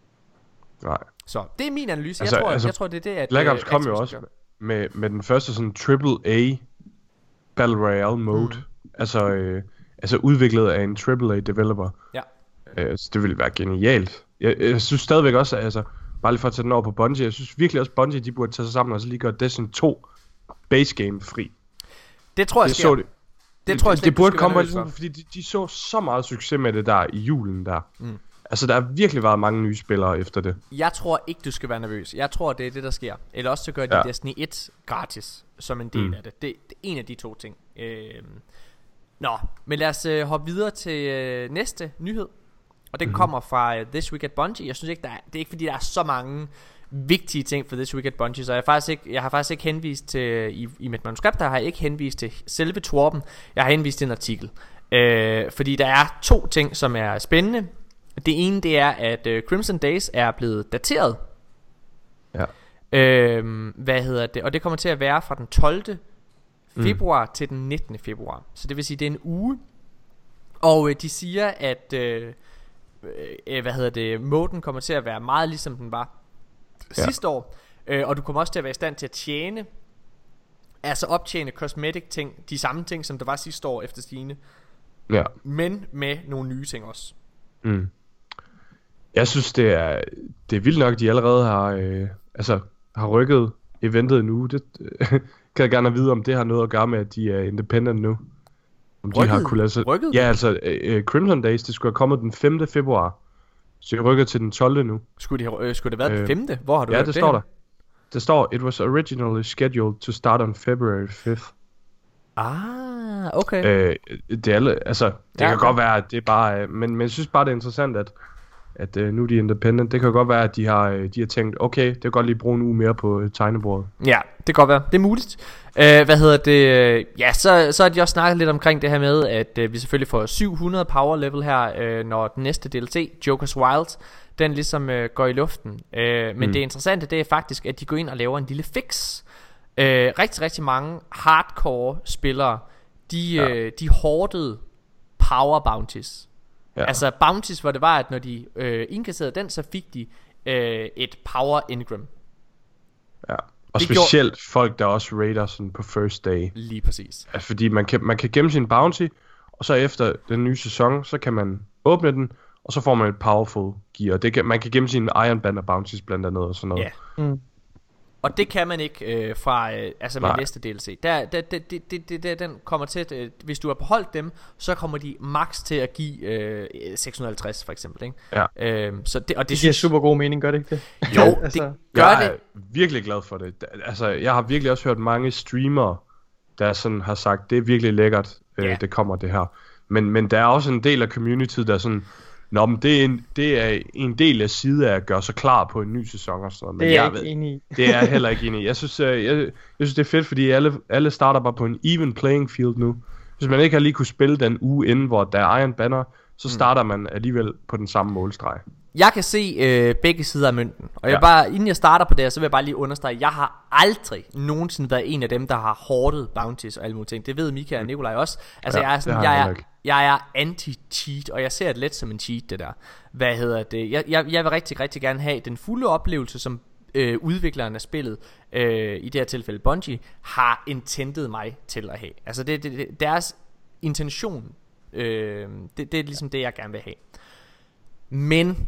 Nej. Så det er min analyse. Altså- jeg, tror, altså, jeg tror, det er det, at Black øh, Ops kom jo Activision også gør. med, med den første sådan triple A Battle Royale mode. Mm. Altså, øh, altså udviklet af en triple A developer. Ja. Øh, så det ville være genialt. Jeg, jeg synes stadigvæk også, at, altså, bare lige for at tage den over på Bungie, jeg synes virkelig også, at Bungie, de burde tage sig sammen og så lige gøre Destiny to base game fri. Det tror jeg Det sker. så det. Det tror jeg slet det ikke, du burde skal komme, være nervøs for. fordi de, de så så meget succes med det der i julen der. Mm. Altså, der har virkelig været mange nye spillere efter det. Jeg tror ikke, du skal være nervøs. Jeg tror, det er det, der sker. Eller også så gør de Ja. Destiny et gratis som en del Mm. af det. det. Det er en af de to ting. Øhm. Nå, men lad os øh, hoppe videre til øh, næste nyhed. Og den mm. kommer fra øh, This Week at Bungie. Jeg synes ikke, der er, det er ikke fordi, der er så mange vigtige ting for This Week at Bungie. Så jeg, faktisk ikke, jeg har faktisk ikke henvist til, i, i mit manuskript, der har jeg ikke henvist til selve twerpen. Jeg har henvist til en artikel. Øh, fordi der er to ting, som er spændende. Det ene, det er, at øh, Crimson Days er blevet dateret. Ja. Øhm, hvad hedder det? Og det kommer til at være fra den tolvte februar mm. til den nittende februar. Så det vil sige, det er en uge. Og øh, de siger, at øh, øh, hvad hedder det? Moden kommer til at være meget ligesom den var Ja. sidste år. øh, Og du kommer også til at være i stand til at tjene, altså optjene cosmetic ting, de samme ting som der var sidste år efter stigende, Ja. men med nogle nye ting også. Mm. Jeg synes, det er, det er vildt nok, at de allerede har, øh, altså, har rykket eventet en uge. Det øh, kan jeg gerne vide, om det har noget at gøre med, at de er independent nu. Om de Rykket? har kunne lade sig... Rykket? Ja, altså, øh, Crimson Days, det skulle have kommet den femte februar. Så jeg rykker til den tolvte nu. Skulle det, øh, skulle det være den Øh, femte? Hvor har du Ja, hørt det det står her? der. Det står, it was originally scheduled to start on February fifth. Ah, Ah, okay. Øh, det er alle, altså, det Ja, kan okay. godt være, at det er bare, øh, men, men jeg synes bare, det er interessant, at, at øh, nu er de independent. Det kan godt være, at de har, øh, de har tænkt, okay, det kan godt lige bruge en uge mere på øh, tegnebordet. Ja, det kan godt være. Det er muligt. Øh, hvad hedder det? Ja, så, så har de også snakket lidt omkring det her med, at øh, vi selvfølgelig får syv hundrede power level her, øh, når den næste D L C, Joker's Wild, den ligesom øh, går i luften. Øh, men Mm. det interessante, det er faktisk, at de går ind og laver en lille fix. Øh, rigtig, rigtig mange hardcore spillere, de, Ja. øh, de hoardede power bounties. Ja. Altså bounties, hvor det var, at når de øh, indkasserede den, så fik de øh, et power engram. Ja. Og Det specielt folk, der også raider sådan på first day. Lige præcis. Altså, fordi man kan, man kan gemme sin bounty, og så efter den nye sæson, så kan man åbne den, og så får man et powerful gear. Det kan, man kan gemme sine Iron Banner bounties blandt andet og sådan noget. Ja. Mm. Og det kan man ikke øh, fra øh, altså med Nej. næste D L C. Der, der, det, det, det, det, det, den kommer til, øh, hvis du har beholdt dem, så kommer de max til at give øh, seks hundrede og halvtreds for eksempel, ikke? Ja. Øh, så det, og det, Det giver synes, super god mening, gør det ikke det? jo, altså, det gør Jeg det. er virkelig glad for det. Da- Altså, jeg har virkelig også hørt mange streamere, der sådan har sagt, det er virkelig lækkert, øh, Ja. det kommer det her. Men, men der er også en del af communityet, der er sådan, nå, men det er en, det er en del af side af at gøre sig klar på en ny sæson og sådan noget. Men det er jeg jeg ikke enig i. det er jeg heller ikke enig i. Jeg synes, øh, jeg, jeg synes, det er fedt, fordi alle, alle starter bare på en even playing field nu. Hvis man ikke har lige kunne spille den uge inden, hvor der er Iron Banner, så starter man alligevel på den samme målstreg. Jeg kan se øh, begge sider af mønten. Og jeg Ja. vil bare, inden jeg starter på det her, så vil jeg bare lige understrege, jeg har aldrig nogensinde været en af dem, der har hoardet bounties og alle mulige ting. Det ved Mika og Nikolaj også. Altså Ja, jeg er det sådan, har jeg jeg heller er, ikke. jeg er anti-cheat, og jeg ser det let som en cheat, det der. Hvad hedder det? Jeg, jeg, jeg vil rigtig, rigtig gerne have den fulde oplevelse, som øh, udvikleren af spillet, øh, i det her tilfælde Bungie, har intentet mig til at have. Altså det, det, det deres intention, øh, det, det er ligesom det, jeg gerne vil have. Men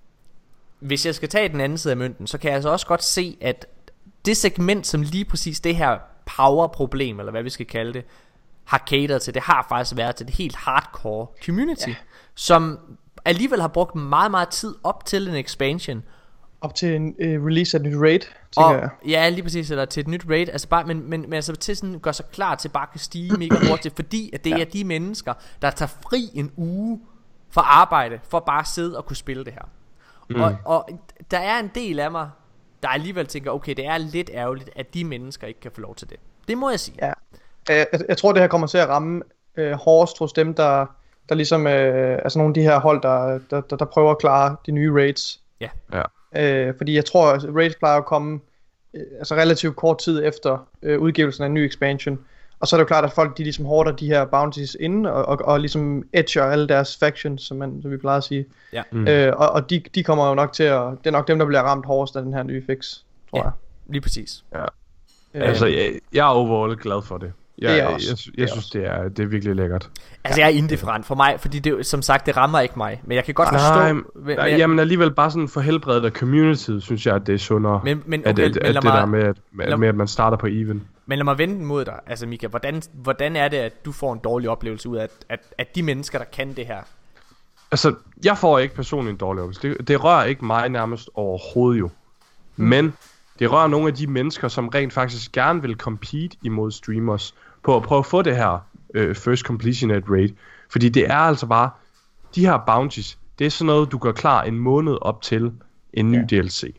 hvis jeg skal tage den anden side af mønten, så kan jeg altså også godt se, at det segment, som lige præcis det her power-problem, eller hvad vi skal kalde det, har cateret til, det har faktisk været til det helt hardcore community, ja. Som alligevel har brugt meget, meget tid op til en expansion. Op til en uh, release af et nyt raid, tænker Og, jeg. ja, lige præcis, eller til et nyt raid, altså bare, men, men, men altså til sådan at gøre sig klar til bare at kan stige mega hurtigt, fordi at det ja. er de mennesker, der tager fri en uge for arbejde, for bare at sidde og kunne spille det her. Mm. Og, og der er en del af mig, der alligevel tænker, okay, det er lidt ærgerligt, at de mennesker ikke kan få lov til det. Det må jeg sige. Ja. Jeg, jeg, jeg tror, det her kommer til at ramme øh, hårdest hos dem, der, der ligesom, øh, altså nogle af de her hold, der, der, der, der prøver at klare de nye raids. Ja. Ja. Øh, fordi jeg tror, at raids plejer at komme øh, altså relativt kort tid efter øh, udgivelsen af en ny expansion. Og så er det jo klart, at folk de ligesom hårder de her bounties inden, og, og, og ligesom edger alle deres factions, som, man, som vi plejer at sige. Ja. Mm. Øh, og og de, de kommer jo nok til at, det er nok dem, der bliver ramt hårdest af den her nye fix, tror Ja. jeg. Lige præcis. Ja. Øh, Altså, jeg, jeg er overall glad for det. Jeg, Det er jeg, jeg jeg, også. jeg, Det er jeg jeg synes, også. det er, det er virkelig lækkert. Altså jeg er indifferent for mig, fordi det, som sagt, det rammer ikke mig. Men jeg kan godt forstå. Nej, men, nej, men, jamen alligevel bare sådan for helbredet af communityet, synes jeg, at det er sundere. men, men, at, okay, at, men, at lad det der mig, med at, med, lad- med, at man starter på even. men lad mig vende den mod dig. Altså Mika, hvordan, hvordan er det, at du får en dårlig oplevelse ud af, at, at, at de mennesker, der kan det her? Altså, jeg får ikke personligt en dårlig oplevelse. Det, det rører ikke mig nærmest overhovedet jo. Mm. Men det rører nogle af de mennesker, som rent faktisk gerne vil compete imod streamers, på at prøve at få det her øh, first completion at raid. Fordi det er altså bare, de her bounties, det er sådan noget, du gør klar en måned op til en ny Ja. D L C.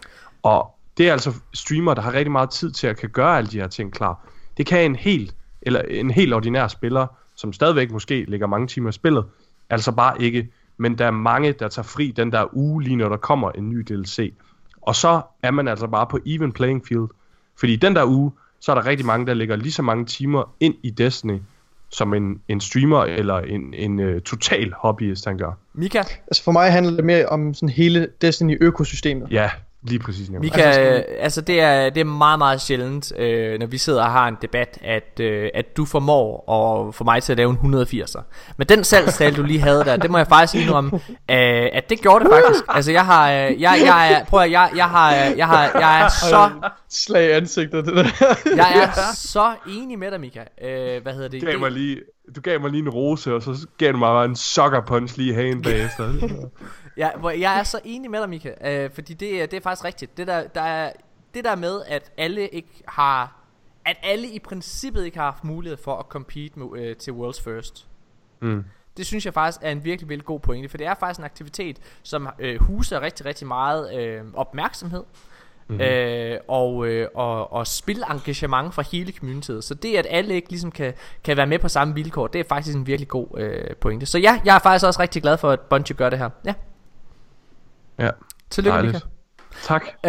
Og det er altså streamer, der har rigtig meget tid til at kan gøre alle de her ting klar. Det kan en helt, eller en helt ordinær spiller, som stadigvæk måske lægger mange timer i spillet, altså bare ikke. Men der er mange, der tager fri den der uge, lige når der kommer en ny D L C. Og så er man altså bare på even playing field. Fordi den der uge, så er der rigtig mange, der lægger lige så mange timer ind i Destiny, som en, en streamer eller en, en uh, total hobbyist, han gør. Mika? Altså for mig handler det mere om sådan hele Destiny-økosystemet. Ja, lige præcis. Nemlig. Mika, Altså altså, sådan- altså det er det er meget meget sjældent, øh, når vi sidder og har en debat, at øh, at du formår at få mig til at lave en hundrede og firser. Men den salgstal du lige havde der, det må jeg faktisk indrømme, øh, at det gjorde det faktisk. Altså jeg har, øh, jeg jeg er, prøv at, jeg jeg har, øh, jeg har, jeg er så, Slag i ansigtet, det der. jeg er så enig med dig, Mika. Øh, hvad hedder det? Du gav, det mig lige, du gav mig lige en rose, og så gav du mig bare en sucker punch lige i hagen bagefter. Ja, hvor jeg er så enig med dig, Mika, øh, fordi det, er- det er faktisk rigtigt. Det der, der er, det der med, at alle ikke har at alle i princippet ikke har haft mulighed for at compete med, øh, til World's First. Mm. Det synes jeg faktisk er en virkelig, virkelig god pointe, for det er faktisk en aktivitet, som øh, huser rigtig, rigtig meget øh, opmærksomhed. Mm-hmm. Øh, og, øh, og, og spilengagement fra hele communityet. Så det at alle ikke ligesom kan, kan være med på samme vilkår, det er faktisk en virkelig god øh, pointe. Så ja, jeg er faktisk også rigtig glad for at Bungie gør det her. Ja. Ja. Tillykke, Mika. Tak. øh,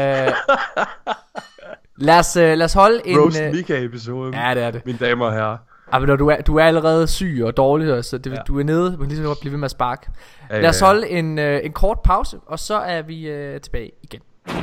lad, os, øh, lad os holde en Roast øh, Mika episoden. Ja, det er det. Mine damer og herrer. Ja, men du er, du er allerede syg og dårlig, så det, ja. Du er nede. Men lige så godt blive ved med at sparke. ja, Lad os holde en, øh, en kort pause, og så er vi øh, tilbage igen.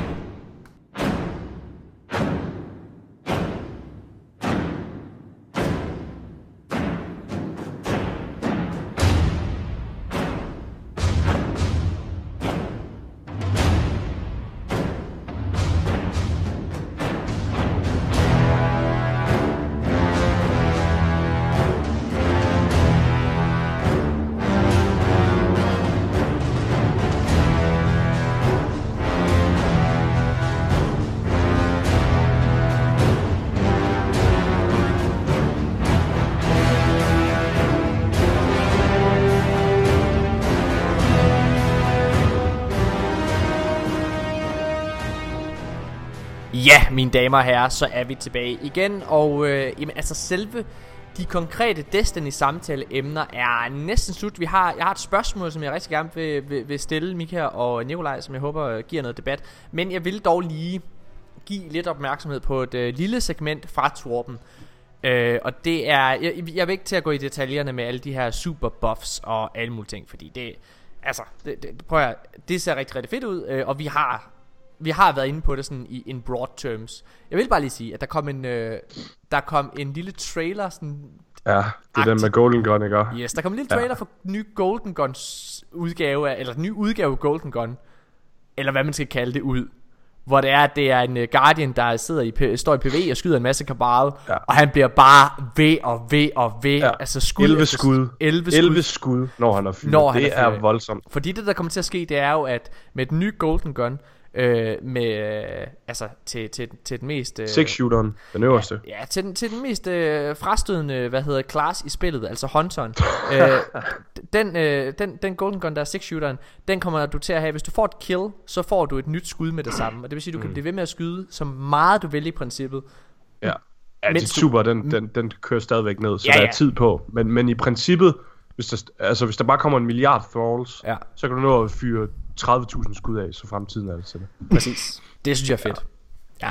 Ja, mine damer og herrer, så er vi tilbage igen. Og øh, jamen, altså selve de konkrete Destiny-samtale-emner er næsten slut. Vi har, jeg har et spørgsmål, som jeg rigtig gerne vil, vil, vil stille Mika og Nikolaj, som jeg håber giver noget debat. Men jeg vil dog lige give lidt opmærksomhed på et øh, lille segment fra Torben. Øh, og det er, jeg, jeg vil ikke til at gå i detaljerne med alle de her super buffs og alle mulige ting, fordi det, altså, det, det, prøv at, det ser rigtig, rigtig fedt ud, øh, og vi har... Vi har været inde på det sådan i in broad terms. Jeg vil bare lige sige, at der kom en øh, der kom en lille trailer sådan. Ja, det er den med Golden Gun, ikke? Yes, der kom en lille trailer ja. for ny Golden Guns udgave af, eller ny udgave af Golden Gun, eller hvad man skal kalde det ud. Hvor det er, at det er en uh, Guardian, der sidder i, står i PvE og skyder en masse kabal, ja. og han bliver bare ved og ved og ved. Ja. Altså skud elleve skud. elleve skud. elleve skud, når han er fyret. Når han det er, er voldsomt. Fordi det, der kommer til at ske, det er jo, at med den nye Golden Gun, Øh, med øh, altså til til til den mest øh, six shooteren, den øverste. Ja, ja til den til den mest øh, frastødende, hvad hedder class i spillet, altså Hunteren. øh, den øh, den den Golden Gun der er six shooteren, den kommer du til at have. Hvis du får et kill, så får du et nyt skud med det samme. Og det vil sige, du kan mm. blive ved med at skyde så meget du vil i princippet. Ja. Ja, det super, den den den kører stadigvæk ned, så ja, der er ja. tid på. Men men i princippet, hvis der altså hvis der bare kommer en milliard thralls, ja. så kan du nå at fyre tredive tusind skud af, så fremtiden er det til det. Præcis. Det synes jeg er fedt. Ja.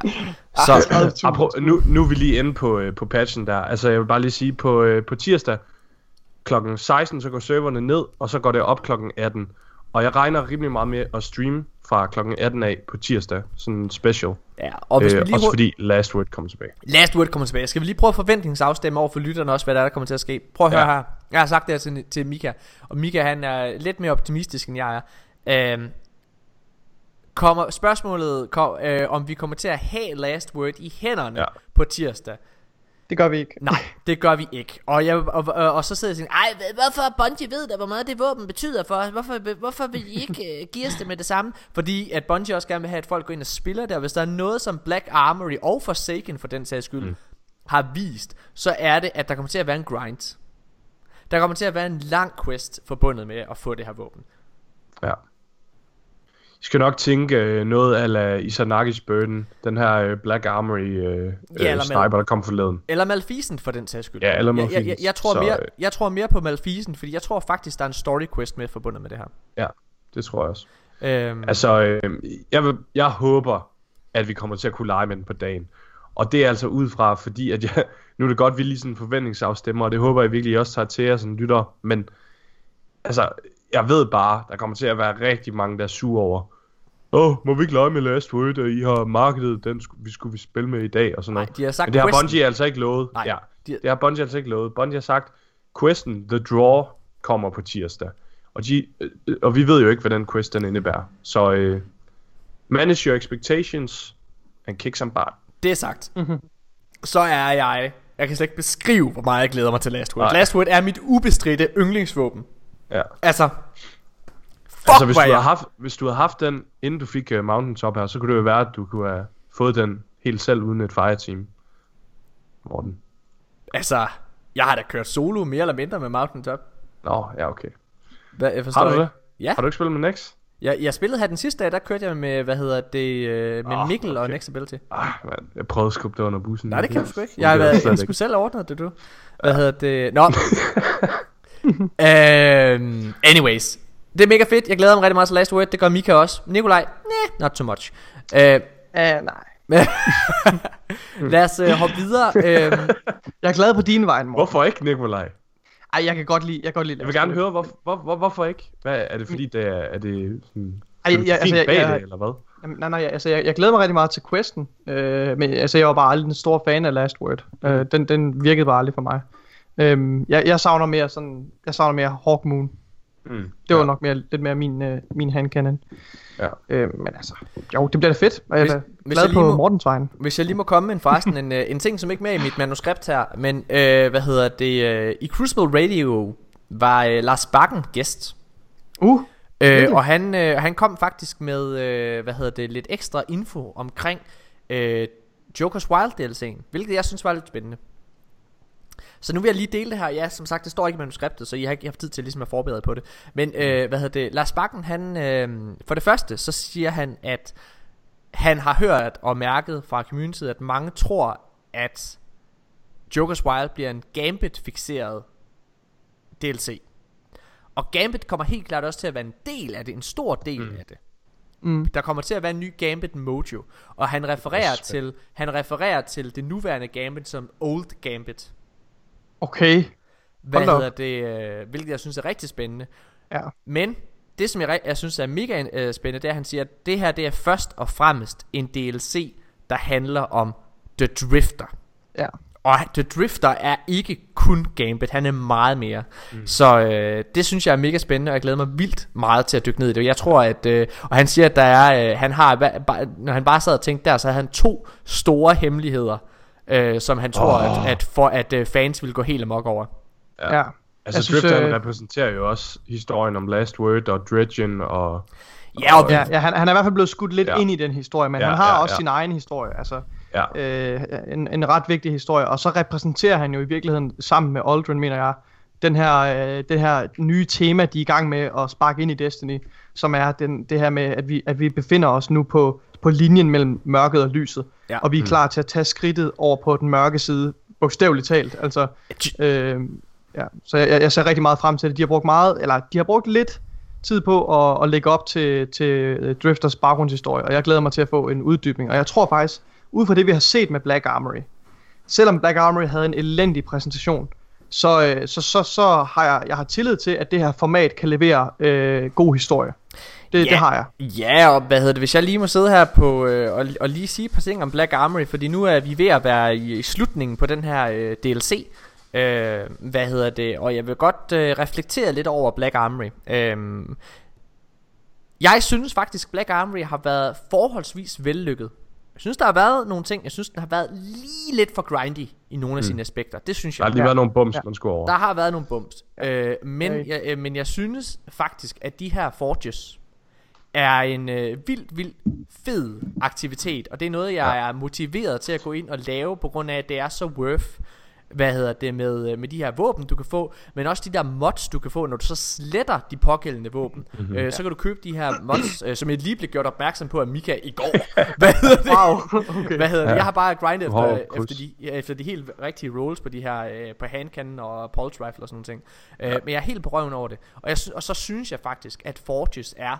Så apro, nu, nu er vi lige inde på, øh, på patchen der. Altså jeg vil bare lige sige, på, øh, på tirsdag klokken seksten, så går serverne ned, og så går det op klokken atten. Og jeg regner rimelig meget med at streame fra klokken atten af på tirsdag. Sådan en special. Ja, og hvis øh, vi lige også fordi Last Word kommer tilbage. Last Word kommer tilbage. Skal vi lige prøve at forventningsafstemme over for lytterne også, hvad der, er, der kommer til at ske? Prøv at høre ja. her. Jeg har sagt det her til, til Mika. Og Mika, han er lidt mere optimistisk end jeg er. Øhm, kommer spørgsmålet kom, øh, om vi kommer til at have Last Word i hænderne ja. på tirsdag. Det gør vi ikke. Nej, det gør vi ikke. Og, jeg, og, og, og så sidder jeg og tænker, ej, hvorfor Bungie ved da, hvor meget det våben betyder for os? Hvorfor, hvorfor vil I ikke uh, give os det med det samme? Fordi at Bungie også gerne vil have, at folk går ind og spiller det. Og hvis der er noget, som Black Armory og Forsaken for den sags skyld mm. har vist, så er det, at der kommer til at være en grind. Der kommer til at være en lang quest forbundet med at få det her våben. Ja. Jeg skal nok tænke uh, noget ala Izanagi's Burden, den her uh, Black Armory uh, ja, uh, sniper, der kom forleden. Eller Malfeasant for den sags skyld. Ja, eller Malfeasant. Jeg, jeg, jeg, tror så, mere, jeg tror mere på Malfeasant, fordi jeg tror faktisk, der er en story quest med forbundet med det her. Ja, det tror jeg også. Øhm. Altså, øh, jeg, vil, jeg håber, at vi kommer til at kunne lege med den på dagen. Og det er altså ud fra, fordi at jeg, nu er det godt, vi lige sådan en forventningsafstemmer, og det håber jeg virkelig, I også tager til jer sådan lytter. Men altså, jeg ved bare, der kommer til at være rigtig mange, der er sure over. Åh, oh, må vi ikke lege med Last Word, og I har markedet, den skulle vi, skulle vi spille med i dag, og sådan noget. Nej, de har sagt men det har questen. Bungie altså ikke lovet. Nej, ja, de... det har Bungie altså ikke lovet. Bungie har sagt, questen, The Draw, kommer på tirsdag. Og, de, øh, og vi ved jo ikke, hvad den quest den indebærer. Så øh, manage your expectations and kick some butt. Det er sagt. Mm-hmm. Så er jeg... Jeg kan slet ikke beskrive, hvor meget jeg glæder mig til Last Word. Nej. Last Word er mit ubestridte yndlingsvåben. Ja. Altså... Fuck, altså hvis du, havde haft, hvis du havde haft den, inden du fik uh, Mountaintop her, så kunne det jo være, at du kunne have fået den helt selv uden et fireteam. Morten? Altså, jeg har da kørt solo mere eller mindre med Mountaintop. Nå, ja, okay. Hvad, jeg forstår Har du ikke. det? Ja. Har du ikke spillet med Nex? Jeg, jeg spillede her den sidste dag, der kørte jeg med, hvad hedder det, øh, med Åh, Mikkel okay. og Next Ability. Ah, man, jeg prøvede at skubbe det under bussen. Nej, det kan du sgu ikke. Det Jeg har er været, slet jeg ikke. skulle selv ordne det, du. Hvad hedder det? Nå. um, anyways. Det er mega fedt. Jeg glæder mig rigtig meget til Last Word. Det gør Mika også. Nikolaj? Nah, not too much. Uh, Uh, nej. lad os uh, hoppe videre. Uh, Jeg er glad på din vej, Morten. Hvorfor ikke, Nikolaj? Ej, jeg kan godt lide, jeg kan godt lide Jeg vil gerne høre, hvor, hvor, hvor, hvorfor ikke? Hvad, er det fordi, det er, er det sådan, Ej, jeg- jeg- altså, jeg- bag jeg- det, eller hvad? Jamen, nej, nej, altså jeg, jeg glæder mig rigtig meget til questen, øh, men altså jeg var bare aldrig en stor fan af Last Word. Øh, den, den virkede bare aldrig for mig. Øh, jeg, jeg savner mere sådan, jeg savner mere Hawk Moon. Mm. Det var ja. nok mere, lidt mere min, øh, min handcannon. Ja. Øh, men altså, jo, det bliver da fedt, og jeg er Hvis- da hvis glad jeg lige på må- Mortens vejen. Hvis jeg lige må komme med en forresten en, øh, en ting som ikke er med i mit manuskript her. Men øh, hvad hedder det øh, i Crucible Radio var øh, Lars Bakken gæst. Uh, øh, Og han, øh, han kom faktisk med øh, hvad hedder det lidt ekstra info omkring øh, Jokers Wild D L C'en, hvilket jeg synes var lidt spændende. Så nu vil jeg lige dele det her. Ja, som sagt, det står ikke i manuskriptet, så I har ikke haft tid til ligesom at forberede på det. Men øh, hvad hedder det Lars Bakken, han øh, for det første så siger han, at han har hørt og mærket fra communityet, at mange tror, at Jokers Wild bliver en Gambit-fixeret D L C. Og Gambit kommer helt klart også til at være en del af det, en stor del mm. af det. mm, Der kommer til at være en ny Gambit Mojo, og han refererer til han refererer til det nuværende Gambit som Old Gambit. okay. Hvad Hold da op. hedder det, øh, hvilket jeg synes er rigtig spændende. Ja. Men det som jeg, re- jeg synes er mega øh, spændende, det er at han siger, at det her det er først og fremmest en D L C, der handler om The Drifter. Ja. Og The Drifter er ikke kun Gambit, han er meget mere. mm. Så øh, det synes jeg er mega spændende, og jeg glæder mig vildt meget til at dykke ned i det. Jeg tror at øh, og han siger at der er øh, han har ba- ba- når han bare sad og tænkte der, så havde han to store hemmeligheder, øh, som han tror Oh. at, at for at øh, fans vil gå helt amok over. Ja. Altså, Jeg synes, Drifteren øh, repræsenterer jo også historien om Last Word og Dredgen og... Ja, og Ja, ja han, han er i hvert fald blevet skudt lidt Ja. ind i den historie, men Ja, han har ja, også ja. sin egen historie, altså Ja. øh, en, en ret vigtig historie, og så repræsenterer han jo i virkeligheden sammen med Aldrin, mener jeg, den her, øh, det her nye tema, de er i gang med at sparke ind i Destiny, som er den, det her med, at vi, at vi befinder os nu på, på linjen mellem mørket og lyset, Ja. og vi er Mm. klar til at tage skridtet over på den mørke side, bogstaveligt talt, altså øh, ja, så jeg, jeg ser rigtig meget frem til det. De har brugt meget, eller de har brugt lidt tid på at, at lægge op til, til Drifters baggrundshistorie, og jeg glæder mig til at få en uddybning, og jeg tror faktisk, ud fra det vi har set med Black Armory, selvom Black Armory havde en elendig præsentation, så, øh, så, så, så har jeg, jeg har tillid til, at det her format kan levere øh, god historie. Det, Ja. det har jeg. Ja, og hvad hedder det, hvis jeg lige må sidde her på øh, og, og lige sige et par ting om Black Armory, fordi nu er vi ved at være i, i slutningen på den her øh, D L C. Øh, hvad hedder det? Og jeg vil godt øh, reflektere lidt over Black Armory. Øh, jeg synes faktisk Black Armory har været forholdsvis vellykket. Jeg synes der har været nogle ting. Jeg synes den har været lige lidt for grindy i nogle af Mm. sine aspekter. Det synes Der jeg. har lige Ja. været nogle bums, Ja. man skulle over. Der har været nogle bums. øh, men, Okay. jeg, øh, men jeg synes faktisk at de her forges er en øh, vildt, vildt fed aktivitet. Og det er noget jeg Ja. er motiveret til at gå ind og lave, på grund af at det er så worth. Hvad hedder det med, øh, med de her våben du kan få, men også de der mods du kan få, når du så sletter de pågældende våben. Mhm. øh, Så kan du købe de her mods, øh, som jeg lige blev gjort opmærksom på af Mika i går. Hvad hedder det? Wow, okay. Hvad hedder det? Ja. Jeg har bare grindet efter, Wow, efter, kryds. de, ja, efter de helt rigtige rolls på de her øh, på handcannon og pulse rifle og sådan nogle ting. øh, Men jeg er helt på røven over det. Og, jeg, sy- og så synes jeg faktisk at Forges er,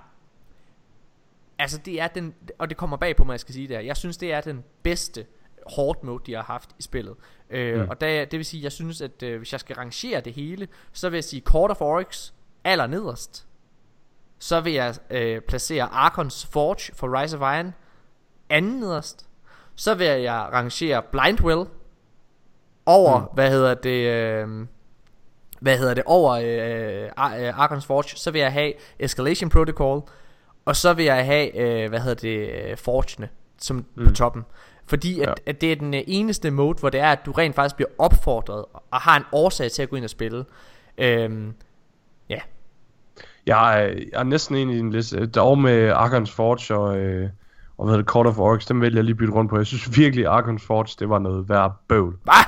altså det er den, og det kommer bag på mig, jeg skal sige det her, jeg synes det er den bedste hard mode de har haft i spillet. øh, Mm. Og der, det vil sige, jeg synes at øh, hvis jeg skal rangere det hele, så vil jeg sige Court of Oryx aller nederst. Så vil jeg øh, placere Arkons Forge for Rise of Iron anden nederst. Så vil jeg rangere Blindwell over, mm. hvad hedder det, øh, hvad hedder det, over øh, Ar- øh, Arkons Forge. Så vil jeg have Escalation Protocol. Og så vil jeg have, øh, hvad hedder det, øh, Forgene som mm. på toppen. Fordi at, Ja. at det er den øh, eneste mode, hvor det er, at du rent faktisk bliver opfordret og har en årsag til at gå ind og spille. Øhm, ja. Jeg er, jeg er næsten enig i din liste. Dog med Arkons Forge og, øh, og hvad hedder det, Court of Oryx, dem vælger jeg lige bytte rundt på. Jeg synes virkelig, Arkons Forge, det var noget værd bøvl. Hvad?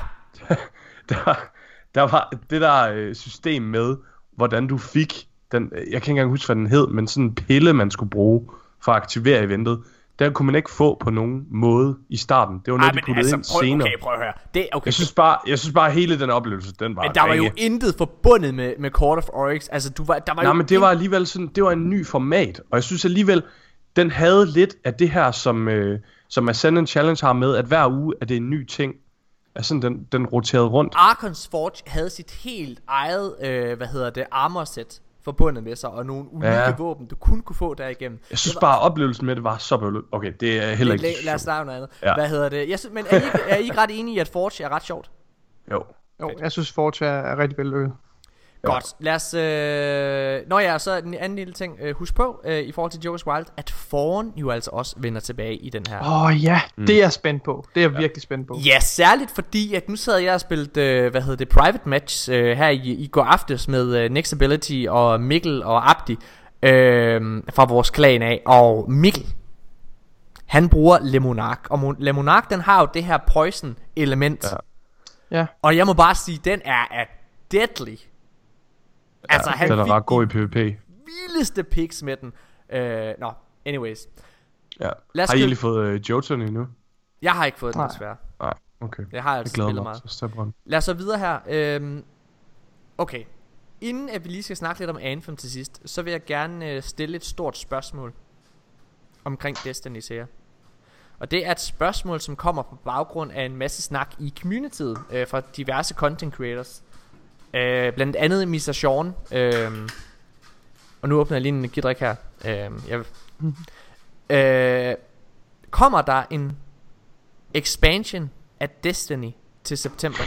der, der var det der øh, system med, hvordan du fik den, jeg kan ikke engang huske, hvad den hed, men sådan en pille, man skulle bruge for at aktivere eventet. Den kunne man ikke få på nogen måde i starten. Det var noget, Ej, de puttede altså, ind prøv, senere. Okay, prøv at høre. Det, okay. Jeg synes bare, jeg synes bare hele den oplevelse, den var. Men der var ringe. jo intet forbundet med med Court of Oryx. Altså du var, der var Nej, jo men det var alligevel sådan, det var en ny format, og jeg synes alligevel, den havde lidt af det her, som øh, som Ascendant Challenge har med, at hver uge er det en ny ting. Altså den den roterede rundt. Archon's Forge havde sit helt eget, øh, hvad hedder det, armor set forbundet med sig, og nogle unikke ja. våben, du kun kunne få derigennem. Jeg synes var... bare, oplevelsen med det var så bøvlet. Okay, det er heller ikke... Lad, lad os snakke noget andet. Ja. Hvad hedder det? Jeg synes, men er I, er I ikke ret enige i, at Forge er ret sjovt? Jo. Jo, jeg synes Forge er, er rigtig vellykket. Godt, lad os... Øh... Nå ja, så en anden lille ting. Øh, husk på, øh, i forhold til Joker's Wild, at Fawn jo altså også vender tilbage i den her. Åh oh, ja, mm. det er jeg spændt på. Det er jeg ja. virkelig spændt på. Ja, særligt fordi, at nu sad jeg og spillet, øh, hvad hedder det, private match øh, her i, i går aftes med øh, Nextability og Mikkel og Abdi øh, fra vores klan af. Og Mikkel, han bruger Lemonark. Og Lemonark, den har jo det her poison element. Ja. Ja. Og jeg må bare sige, den er, er deadly. Ja, altså, han den er fik ret god i PvP. vildeste picks med den. øh, Nå, anyways. Ja. Lad os Har I skrive- egentlig fået øh, Jotun endnu? Jeg har ikke fået den Nej. desværre. Nej, okay. Jeg har altså glæder spillet mig meget. til Stepron. Lad os så videre her. øhm, Okay. Inden at vi lige skal snakke lidt om Anthem til sidst, så vil jeg gerne øh, stille et stort spørgsmål omkring Destiny's her. Og det er et spørgsmål, som kommer på baggrund af en masse snak i communityet øh, fra diverse content creators. øh, Blandt andet mister Sean. øh, Og nu åbner jeg lige en energidrik her. øh, jeg, øh, Kommer der en expansion af Destiny til september?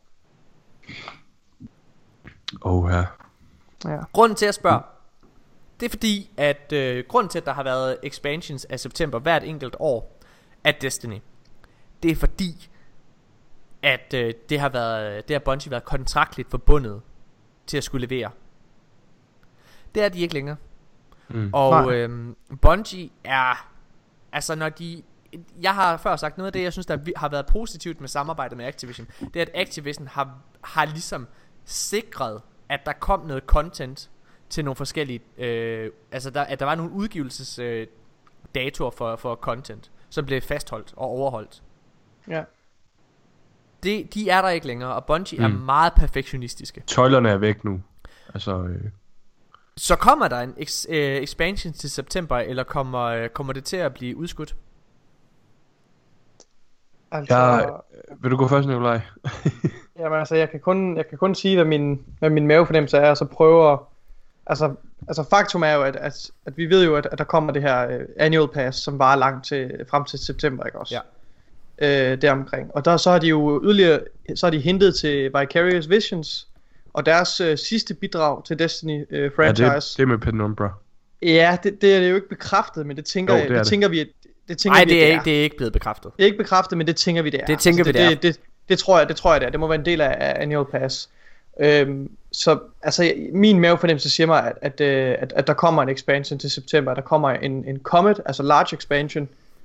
Åh, ja. Ja. Grunden til at spørge, det er fordi at øh, grunden til at der har været expansions af september hvert enkelt år af Destiny, det er fordi at øh, det har været det har Bungie været kontraktligt forbundet til at skulle levere. Det er de ikke længere. Mm. Og øh, Bungie er, altså når de, jeg har før sagt noget af det jeg synes der har været positivt med samarbejdet med Activision, det er at Activision har, har ligesom sikret at der kom noget content til nogle forskellige øh, altså der, at der var nogle udgivelses øh, datoer for, for content som blev fastholdt og overholdt. Ja. Det, de er der ikke længere. Og Bungie mm. er Mm. meget perfektionistiske. Tøjlerne er væk nu. Altså øh... Så kommer der en ex, øh, expansion til september, eller kommer, øh, kommer det til at blive udskudt? Altså, ja, vil du gå først, Nikolaj? Jamen altså, jeg kan kun, jeg kan kun sige, hvad min, hvad min mavefornemmelse er, og så prøve at, altså, altså faktum er jo, at, at, at vi ved jo, at, at der kommer det her uh, annual pass, som varer langt til, frem til september, ikke også? Ja. Øh, deromkring. Og der så har de jo yderligere, så har de hentet til Vicarious Visions, og deres uh, sidste bidrag til Destiny uh, franchise. Ja, det, det er med Penumbra. Ja, det, det er det jo ikke bekræftet, men det tænker, Jo, jeg, det er det det. tænker vi, at det tænker Nej, vi, det, at er ikke, det er ikke blevet bekræftet. Det er ikke bekræftet, men det tænker vi det er. Det tænker vi, det, det er. det, det, det tror jeg, det tror jeg det er. Det må være en del af, af annual pass. Øhm, så altså min mavefornemmelse siger mig, at, at, at, at der kommer en expansion til september. Der kommer en, en Comet, altså large expansion.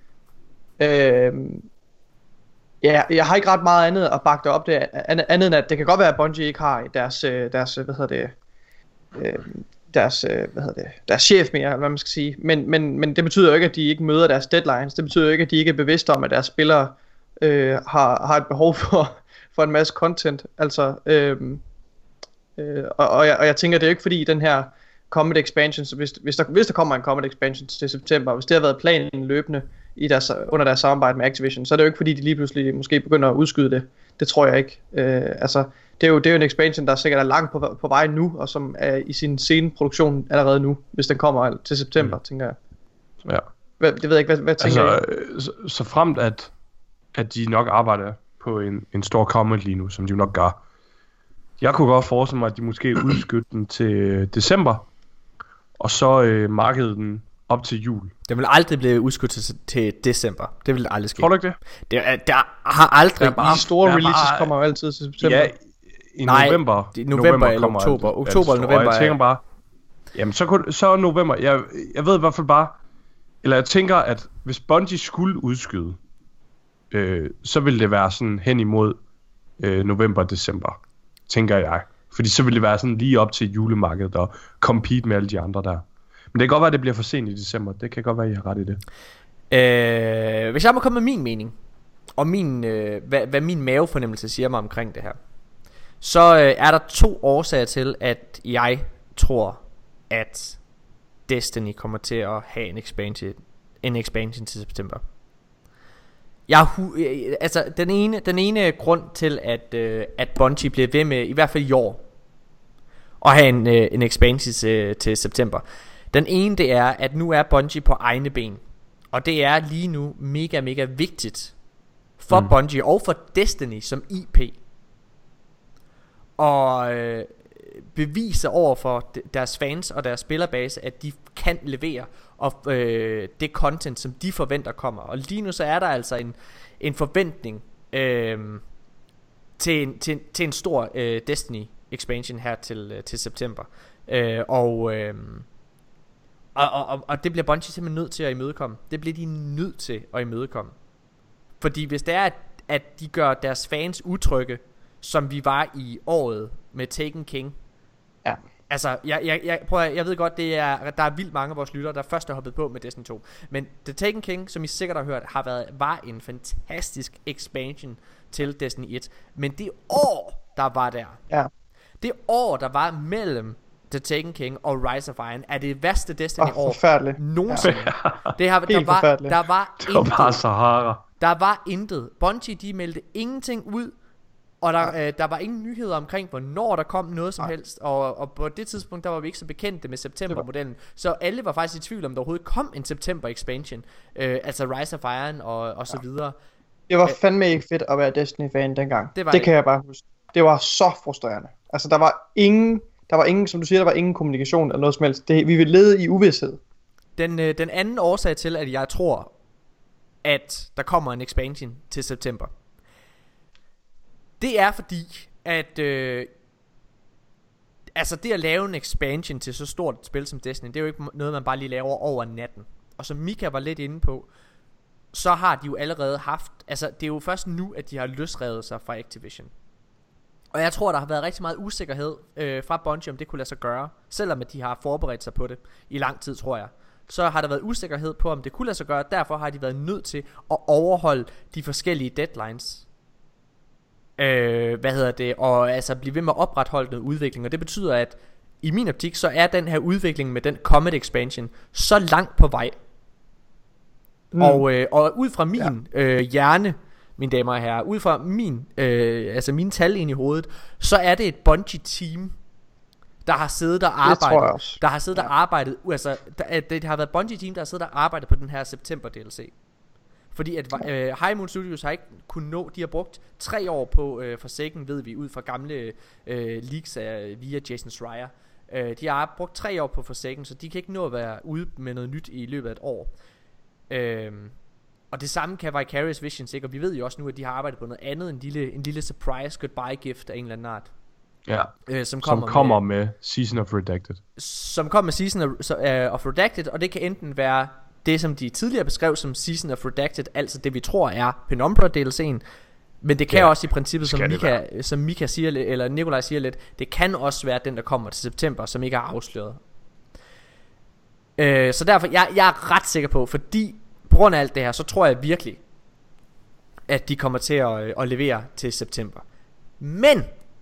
Øhm, ja, jeg har ikke ret meget andet at bakke det op. Det andet, andet end at det kan godt være, at Bungie ikke har deres, deres hvad hedder det, øhm, deres, hvad hedder det, deres chef mere, eller hvad man skal sige. Men, men, men det betyder jo ikke, at de ikke møder deres deadlines. Det betyder jo ikke, at de ikke er bevidste om, at deres spillere øh, har, har et behov for, for en masse content. Altså, øh, øh, og, og, jeg, og jeg tænker, det er jo ikke fordi den her Comet expansion, så hvis, hvis, der, hvis der kommer en Comet expansion til september, hvis det har været planen løbende i deres, under deres samarbejde med Activision, så er det jo ikke fordi, de lige pludselig måske begynder at udskyde det. Det tror jeg ikke. Øh, altså, det er, jo, det er jo en expansion, der sikkert er langt på, på vej nu, og som er i sin sceneproduktion allerede nu, hvis den kommer til september, mm. tænker jeg. Ja. Hvad, det ved jeg ikke, hvad, hvad tænker altså, jeg? øh, så, så fremt at, at de nok arbejder på en, en stor comment lige nu, som de jo nok gør. Jeg kunne godt forestille mig, at de måske udskød den til december, og så øh, markede den op til jul. Det vil aldrig blive udskudt til, til december. Det vil aldrig ske. Tror du ikke det? Det er, der har aldrig Der er De store der er releases bare- kommer jo altid til september. Ja, i Nej, november. det er november eller kommer oktober. alt- Oktober alt eller står. Og november Jeg tænker er- bare, jamen så, kunne, så er november. Jeg, jeg ved i hvert fald bare, eller jeg tænker, at hvis Bungie skulle udskyde, øh, så ville det være sådan hen imod øh, november-december, tænker jeg. Fordi så vil det være sådan lige op til julemarkedet og compete med alle de andre der. Men det kan godt være, at det bliver for sent i december. Det kan godt være, at I har ret i det. øh, Hvis jeg må komme med min mening, og min, øh, hvad, hvad min mavefornemmelse siger mig omkring det her, så øh, er der to årsager til, at jeg tror, at Destiny kommer til at have en expansion, en expansion til september. Jeg, altså den ene, den ene grund til at, øh, at Bungie bliver ved med, i hvert fald i år, at have en, øh, en expansion til, til september. Den ene, det er, at nu er Bungie på egne ben, og det er lige nu mega mega vigtigt for mm. Bungie og for Destiny som I P, og øh, bevise over for deres fans og deres spillerbase, at de kan levere og øh, det content, som de forventer kommer. Og lige nu så er der altså en, en forventning øh, til, en, til, til en stor øh, Destiny expansion her til, øh, til september. øh, og, øh, og, og, og det bliver Bungie simpelthen nødt til at imødekomme. Det bliver de nødt til at imødekomme. Fordi hvis det er at, at de gør deres fans utrygge, som vi var i året med Taken King. Ja. Altså, jeg, jeg, jeg, prøv at, jeg ved godt, det er, der er vildt mange af vores lyttere, der først er hoppet på med Destiny to. Men The Taken King, som I sikkert har hørt, har været, var en fantastisk expansion til Destiny et. Men det år, der var der, ja. det år, der var mellem The Taken King og Rise of Iron, er det værste Destiny oh, år nogensinde. Ja. Det har, der, var, der var det var intet. bare Sahara. Der var intet. Bungie, de meldte ingenting ud. Og der, øh, der var ingen nyheder omkring, hvornår der kom noget som Nej. helst. Og, og på det tidspunkt, der var vi ikke så bekendte med september-modellen. Så alle var faktisk i tvivl om, der overhovedet kom en september-expansion. Øh, altså Rise of Iron og, og så ja. videre. Det var fandme ikke fedt at være Destiny-fan dengang. Det, det kan ikke. jeg bare huske. Det var så frustrerende. Altså der var ingen, der var ingen, som du siger, der var ingen kommunikation eller noget som helst. Det, vi ville lede i uvidshed. Den, øh, den anden årsag til, at jeg tror, at der kommer en expansion til september, det er fordi, at øh, altså det at lave en expansion til så stort et spil som Destiny, det er jo ikke noget, man bare lige laver over natten. Og som Mika var lidt inde på, så har de jo allerede haft, altså det er jo først nu, at de har løsrevet sig fra Activision. Og jeg tror, der har været rigtig meget usikkerhed øh, fra Bungie, om det kunne lade sig gøre, selvom at de har forberedt sig på det i lang tid, tror jeg. Så har der været usikkerhed på, om det kunne lade sig gøre, derfor har de været nødt til at overholde de forskellige deadlines. Øh, hvad hedder det, og altså blive ved med at opretholde noget udvikling. Og det betyder, at i min optik, så er den her udvikling med den Comet expansion så langt på vej. mm. og, øh, og ud fra min ja. øh, hjerne, mine damer og herrer, ud fra min øh, altså mine tal ind i hovedet, så er det et Bungie team, der har siddet og arbejdet, der har siddet ja. og arbejdet, altså der, det har været Bungie team, der har siddet og arbejdet på den her september D L C. Fordi at øh, High Moon Studios har ikke kunnet nå, de har brugt tre år på øh, Forsaken, ved vi, ud fra gamle øh, leaks af, via Jason Schreier. øh, De har brugt tre år på Forsaken, så de kan ikke nå at være ude med noget nyt i løbet af et år. øh, Og det samme kan Vicarious Visions ikke. Og vi ved jo også nu, at de har arbejdet på noget andet, En lille, en lille surprise goodbye gift af en eller anden art. Ja, øh, som kommer, som kommer med, med Season of Redacted. Som kommer med Season of, uh, of Redacted. Og det kan enten være det, som de tidligere beskrev som Season of Redacted, altså det vi tror er Penumbra D L C'en. Men det kan ja, også i princippet, som Mika, som Mika siger, eller Nikolaj siger lidt, det kan også være den, der kommer til september, som ikke er afsløret. øh, Så derfor, jeg, jeg er ret sikker på, fordi på grund af alt det her, så tror jeg virkelig, at de kommer til at, at levere til september. Men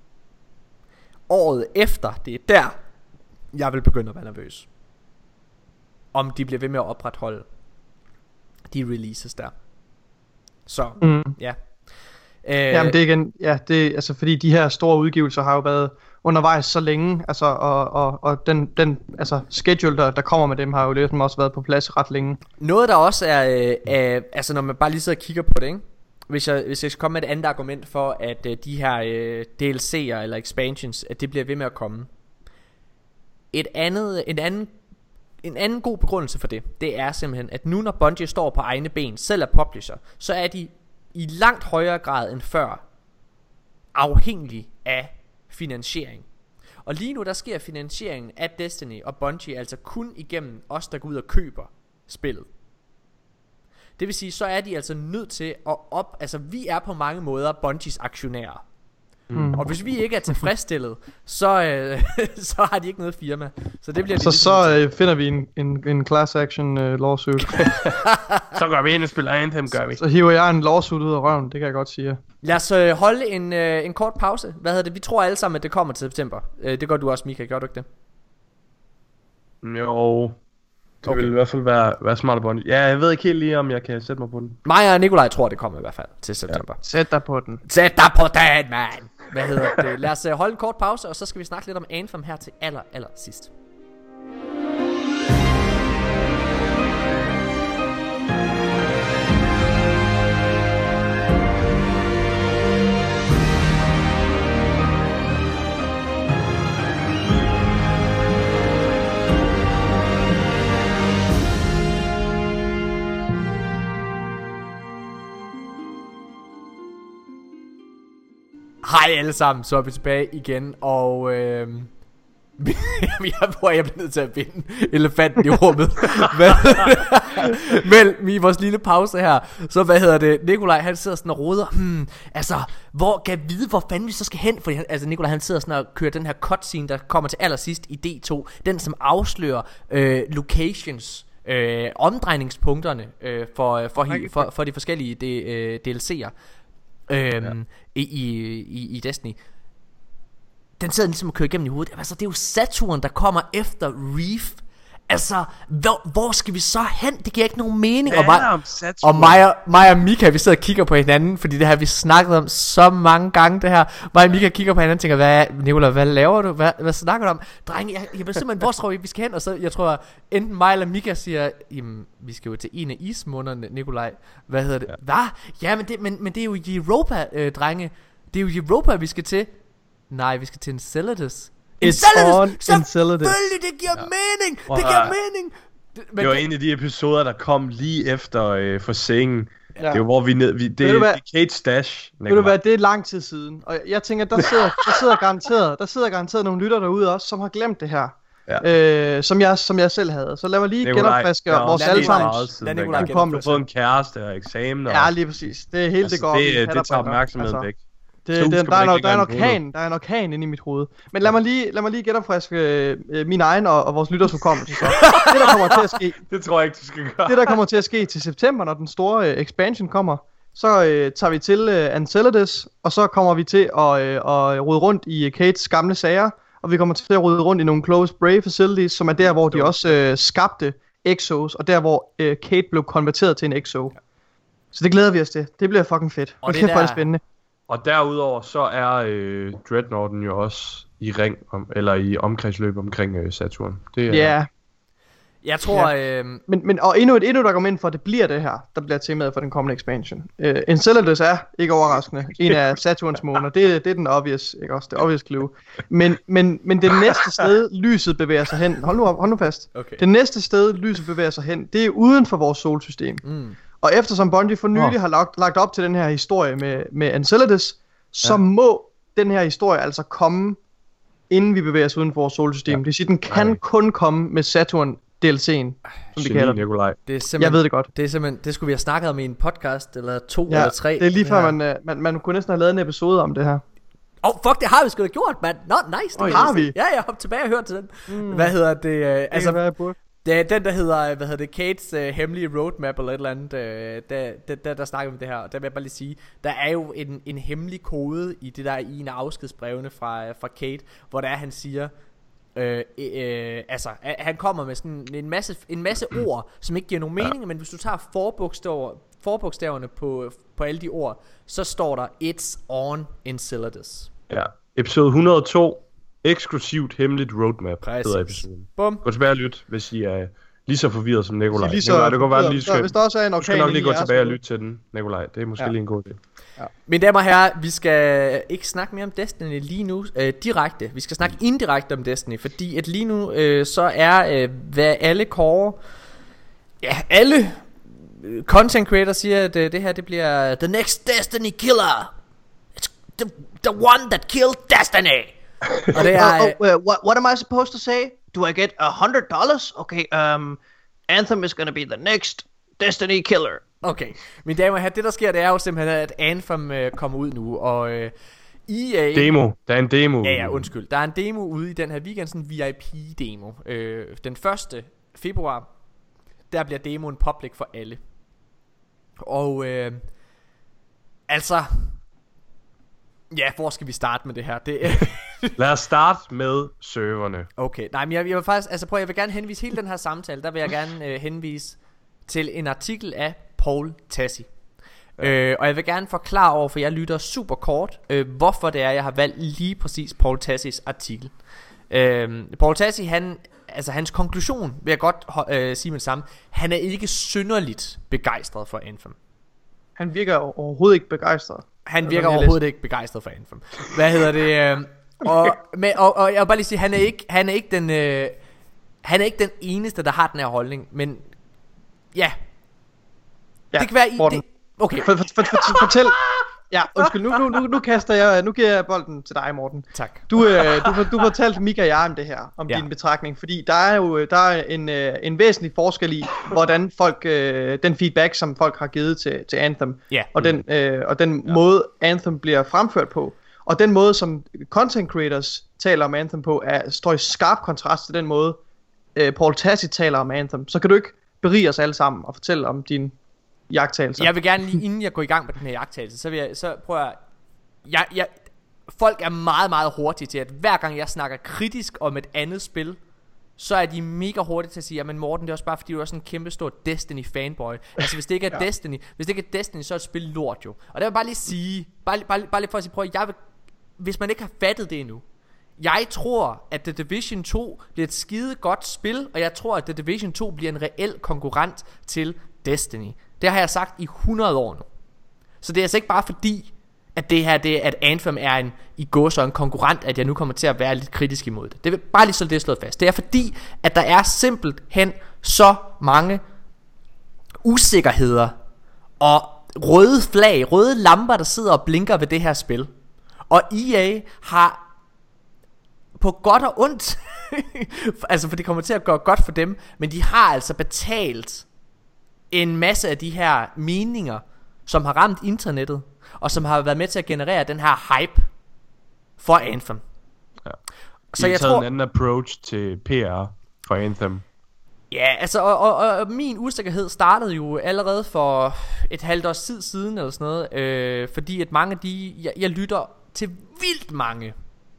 året efter, det er der, jeg vil begynde at være nervøs, om de bliver ved med at opretholde de releases der. Så mm. ja øh, Jamen det er igen, ja, det er altså fordi de her store udgivelser har jo været undervejs så længe, altså og, og, og den, den altså schedule der, der kommer med dem har jo ligesom også været på plads ret længe. Noget der også er øh, øh, altså når man bare lige sidder og kigger på det, ikke? Hvis jeg, hvis jeg skal komme med et andet argument for at øh, de her øh, D L C'er eller expansions, at det bliver ved med at komme. Et andet, en anden En anden god begrundelse for det, det er simpelthen, at nu når Bungie står på egne ben, selv er publisher, så er de i langt højere grad end før afhængige af finansiering. Og lige nu der sker finansieringen af Destiny og Bungie altså kun igennem os, der går ud og køber spillet. Det vil sige, så er de altså nødt til at op, altså vi er på mange måder Bungies aktionærer. Mm. Og hvis vi ikke er tilfredsstillet, så, øh, så har de ikke noget firma. Så det bliver så så øh, finder vi en, en, en class action øh, lawsuit. Så går vi ind og spiller Anthem, gør vi. Så hiver jeg en lawsuit ud af røven, det kan jeg godt sige. Lad os øh, holde en, øh, en kort pause. Hvad hedder det? Vi tror alle sammen, at det kommer til september. øh, Det gør du også, Mika, gør du ikke det? Jo. Det okay. vil i hvert fald være, være smart på den. Ja, jeg ved ikke helt lige, om jeg kan sætte mig på den. Mig og Nikolaj tror, det kommer i hvert fald til september. Ja. Sæt dig på den. Sæt dig på den, mand. Hvad hedder det? Lad os uh, holde en kort pause, og så skal vi snakke lidt om Anthem her til aller, aller sidst. Hej alle sammen, så er vi tilbage igen, og øh, jeg, hvor jeg bliver nødt til at finde elefanten i rummet. Men i vores lille pause her, så hvad hedder det, Nikolaj han sidder sådan og roder, hmm, altså, hvor kan jeg vide, hvor fanden vi så skal hen? Fordi han, altså Nikolaj han sidder sådan og kører den her cutscene, der kommer til allersidst i D to, den som afslører øh, locations, øh, omdrejningspunkterne øh, for, for, for, for, for de forskellige de, øh, D L C'er. Øhm, ja. i, i, i Destiny. Den sidder ligesom og kører igennem i hovedet. Altså det er jo Saturn, der kommer efter Reef. Altså hvor, hvor skal vi så hen? Det giver ikke nogen mening. Og mig, og mig, og, mig og Mika, vi sidder og kigger på hinanden, fordi det har vi snakket om så mange gange. Det her, mig og Mika kigger på hinanden og tænker, hvad, Nicolai, hvad laver du? Hvad, hvad snakker du om? Drenge, jeg, jeg ved simpelthen, hvor tror vi, vi skal hen? Og så jeg tror enten mig eller Mika siger, jamen vi skal jo til en af ismånederne, Nikolaj. Hvad hedder det? Ja. Hvad? Ja, men det, men, men det er jo Europa, øh, drenge. Det er jo Europa, vi skal til. Nej, vi skal til Enceladus. It's on Enceladus. Selvfølgelig, det giver ja. mening. Det giver mening. Det, det var det, en af de episoder, der kom lige efter øh, Forsaken. Ja. Det er jo hvor vi ned. Vi, det, det er Kate Stash. Ved du hvad, det er lang tid siden. Og jeg tænker, der sidder, der sidder garanteret, der sidder garanteret nogle lytter derude også, som har glemt det her. Ja. Øh, som, jeg, som jeg selv havde. Så lad mig lige genopfriske ja, vores allesammens. Lad Nikolaj genopfriske. Du har fået en kæreste og eksamen. Og... Ja, lige præcis. Det er helt altså, det går. Det, det, det tager opmærksomheden altså. væk. Det, det, der, er nok, der er nok kan, der er nok kan inde i mit hoved. Men lad mig lige, lad mig lige genopfriske øh, min egen og, og vores lytters hukommelse. Så det der kommer til at ske. Det tror jeg ikke du skal gøre. Det der kommer til at ske til september, når den store øh, expansion kommer, så øh, tager vi til øh, Enceladus, og så kommer vi til at øh, at rode rundt i Kates gamle sager, og vi kommer til at rode rundt i nogle Close Brave facilities, som er der hvor de også øh, skabte Exos, og der hvor øh, Kate blev konverteret til en Exo. Ja. Så det glæder vi os til. Det bliver fucking fedt. Og det kæft, hvor er det spændende. Og derudover så er øh, Dreadnoughten jo også i ring om, eller i omkredsløb omkring øh, Saturn. Det er yeah. Jeg tror ja. øh... men, men og endnu et endnu et argument for at det bliver det her, der bliver temaet for den kommende expansion. Uh, Enceladus er ikke overraskende en af Saturns måner. Det, det er den obvious, ikke også? Det obvious clue. Men men men det næste sted lyset bevæger sig hen. Hold nu op, hold nu fast. Okay. Det næste sted lyset bevæger sig hen, det er uden for vores solsystem. Mm. Og eftersom Bungie for nylig oh. har lagt, lagt op til den her historie med, med Enceladus, så ja. må den her historie altså komme, inden vi bevæger os uden for vores solsystem. Ja. Det vil sige, den kan Ej. kun komme med Saturn D L C'en, som vi kalder Nikolaj. Det er jeg ved det godt. Det er simpelthen, det skulle vi have snakket om i en podcast, eller to ja, eller tre. Det er lige før, man, man, man kunne næsten have lavet en episode om det her. Åh, oh, fuck, det har vi sgu da gjort, mand. Nå, no, nice. Det oh, har vi? Ja, jeg hopper tilbage og hørt til den. Mm. Hvad hedder det? Uh, altså, det det er den der hedder, hvad hedder det, Kates uh, hemmelige roadmap eller et eller andet, uh, der, der, der, der snakker vi om det her. Og der vil jeg bare lige sige, der er jo en, en hemmelig kode i det der i en af afskedsbrevene fra, fra Kate, hvor der er, han siger, øh, øh, altså, han kommer med sådan en masse, en masse ord, som ikke giver nogen mening, ja. Men hvis du tager forbogstaver, forbogstaverne på, på alle de ord, så står der, It's on Enceladus. Ja, episode et hundrede og to. Eksklusivt hemmeligt roadmap. Præcis. Hedder episoden. Bum. Gå tilbage og lyt, hvis I er lige så forvirret som Nikolaj. Lige så Nikolaj, det kan være, lige skal, hvis der også er en orkan, du skal nok lige gå tilbage og lytte til den, Nikolaj. Det er måske ja. lige en god idé. Ja. Mine damer og herrer, vi skal ikke snakke mere om Destiny lige nu øh, direkte. Vi skal snakke indirekte om Destiny, fordi at lige nu øh, så er øh, hvad alle kårer, ja, alle øh, content creators siger, at øh, det her det bliver the next Destiny killer. It's the, the one that killed Destiny. Og det er, oh, oh, uh, what, what am I supposed to say? Do I get a hundred dollars? Okay, um, Anthem is gonna be the next Destiny killer. Okay, mine damer og herrer, det der sker, det er jo simpelthen, at Anthem øh, kommer ud nu, og øh, E A... Demo. Der er en demo. Ja, ja, undskyld. Der er en demo ude i den her weekend, sådan en V I P-demo. Øh, den første februar, der bliver demoen public for alle. Og øh, altså... Ja, hvor skal vi starte med det her? Det Lad os starte med serverne. Okay, nej, men jeg, jeg vil faktisk... Altså prøv, jeg vil gerne henvise hele den her samtale. Der vil jeg gerne øh, henvise til en artikel af Paul Tassi. Ja. Øh, og jeg vil gerne forklare over, for jeg lytter super kort, øh, hvorfor det er, jeg har valgt lige præcis Paul Tassis artikel. øh, Paul Tassi, han, altså hans konklusion, vil jeg godt øh, sige med det samme, han er ikke synderligt begejstret for Anthem. Han virker overhovedet ikke begejstret. Han virker overhovedet ikke begejstret for Anthem. Hvad hedder det? Øh, og, med, og, og jeg vil bare lige sige, han er ikke, han er ikke den, øh, han er ikke den eneste, der har den her holdning. Men ja, ja det kan være i Morten. det. Okay. For, for, for, for, fortæl. Ja, undskyld. Nu, nu, nu, nu kaster jeg, nu giver jeg bolden til dig, Morten. Tak. Du, øh, du, du fortalte Mika og jeg om det her, om ja. din betragtning, fordi der er jo der er en, øh, en væsentlig forskel i, hvordan folk, øh, den feedback, som folk har givet til, til Anthem, ja. og den, øh, og den ja. måde Anthem bliver fremført på, og den måde, som content creators taler om Anthem på, er, står i skarp kontrast til den måde, øh, Paul Tassi taler om Anthem. Så kan du ikke berige os alle sammen og fortælle om din jagttagelser. Jeg vil gerne lige, inden jeg går i gang med den her jagttagelse, så vil jeg, så prøver jeg, jeg, jeg, folk er meget, meget hurtige til, at hver gang jeg snakker kritisk om et andet spil, så er de mega hurtige til at sige, men Morten, det er også bare fordi du er sådan en kæmpe stor Destiny fanboy. Altså hvis det ikke er ja. Destiny, hvis det ikke er Destiny, så er et spil lort jo. Og det vil jeg bare lige sige, bare, bare, bare lige for at sige, prøv, jeg vil, hvis man ikke har fattet det endnu, jeg tror, at The Division to bliver et skide godt spil, og jeg tror, at The Division to bliver en reel konkurrent til Destiny. Det har jeg sagt i hundrede år nu. Så det er altså ikke bare fordi, at det her, det, at Anthem er en i gås og en konkurrent, at jeg nu kommer til at være lidt kritisk imod det. Det er bare lige så det er slået fast. Det er fordi, at der er simpelthen så mange usikkerheder og røde flag, røde lamper, der sidder og blinker ved det her spil. Og E A har på godt og ondt altså for det kommer til at gå godt for dem, men de har altså betalt en masse af de her meninger, som har ramt internettet, og som har været med til at generere den her hype for Anthem. Ja. Så jeg taget tror en anden approach til P R for Anthem. Ja, altså og, og, og min usikkerhed startede jo allerede for et halvt års tid siden eller sådan noget, øh, fordi at mange af de jeg, jeg lytter til vildt mange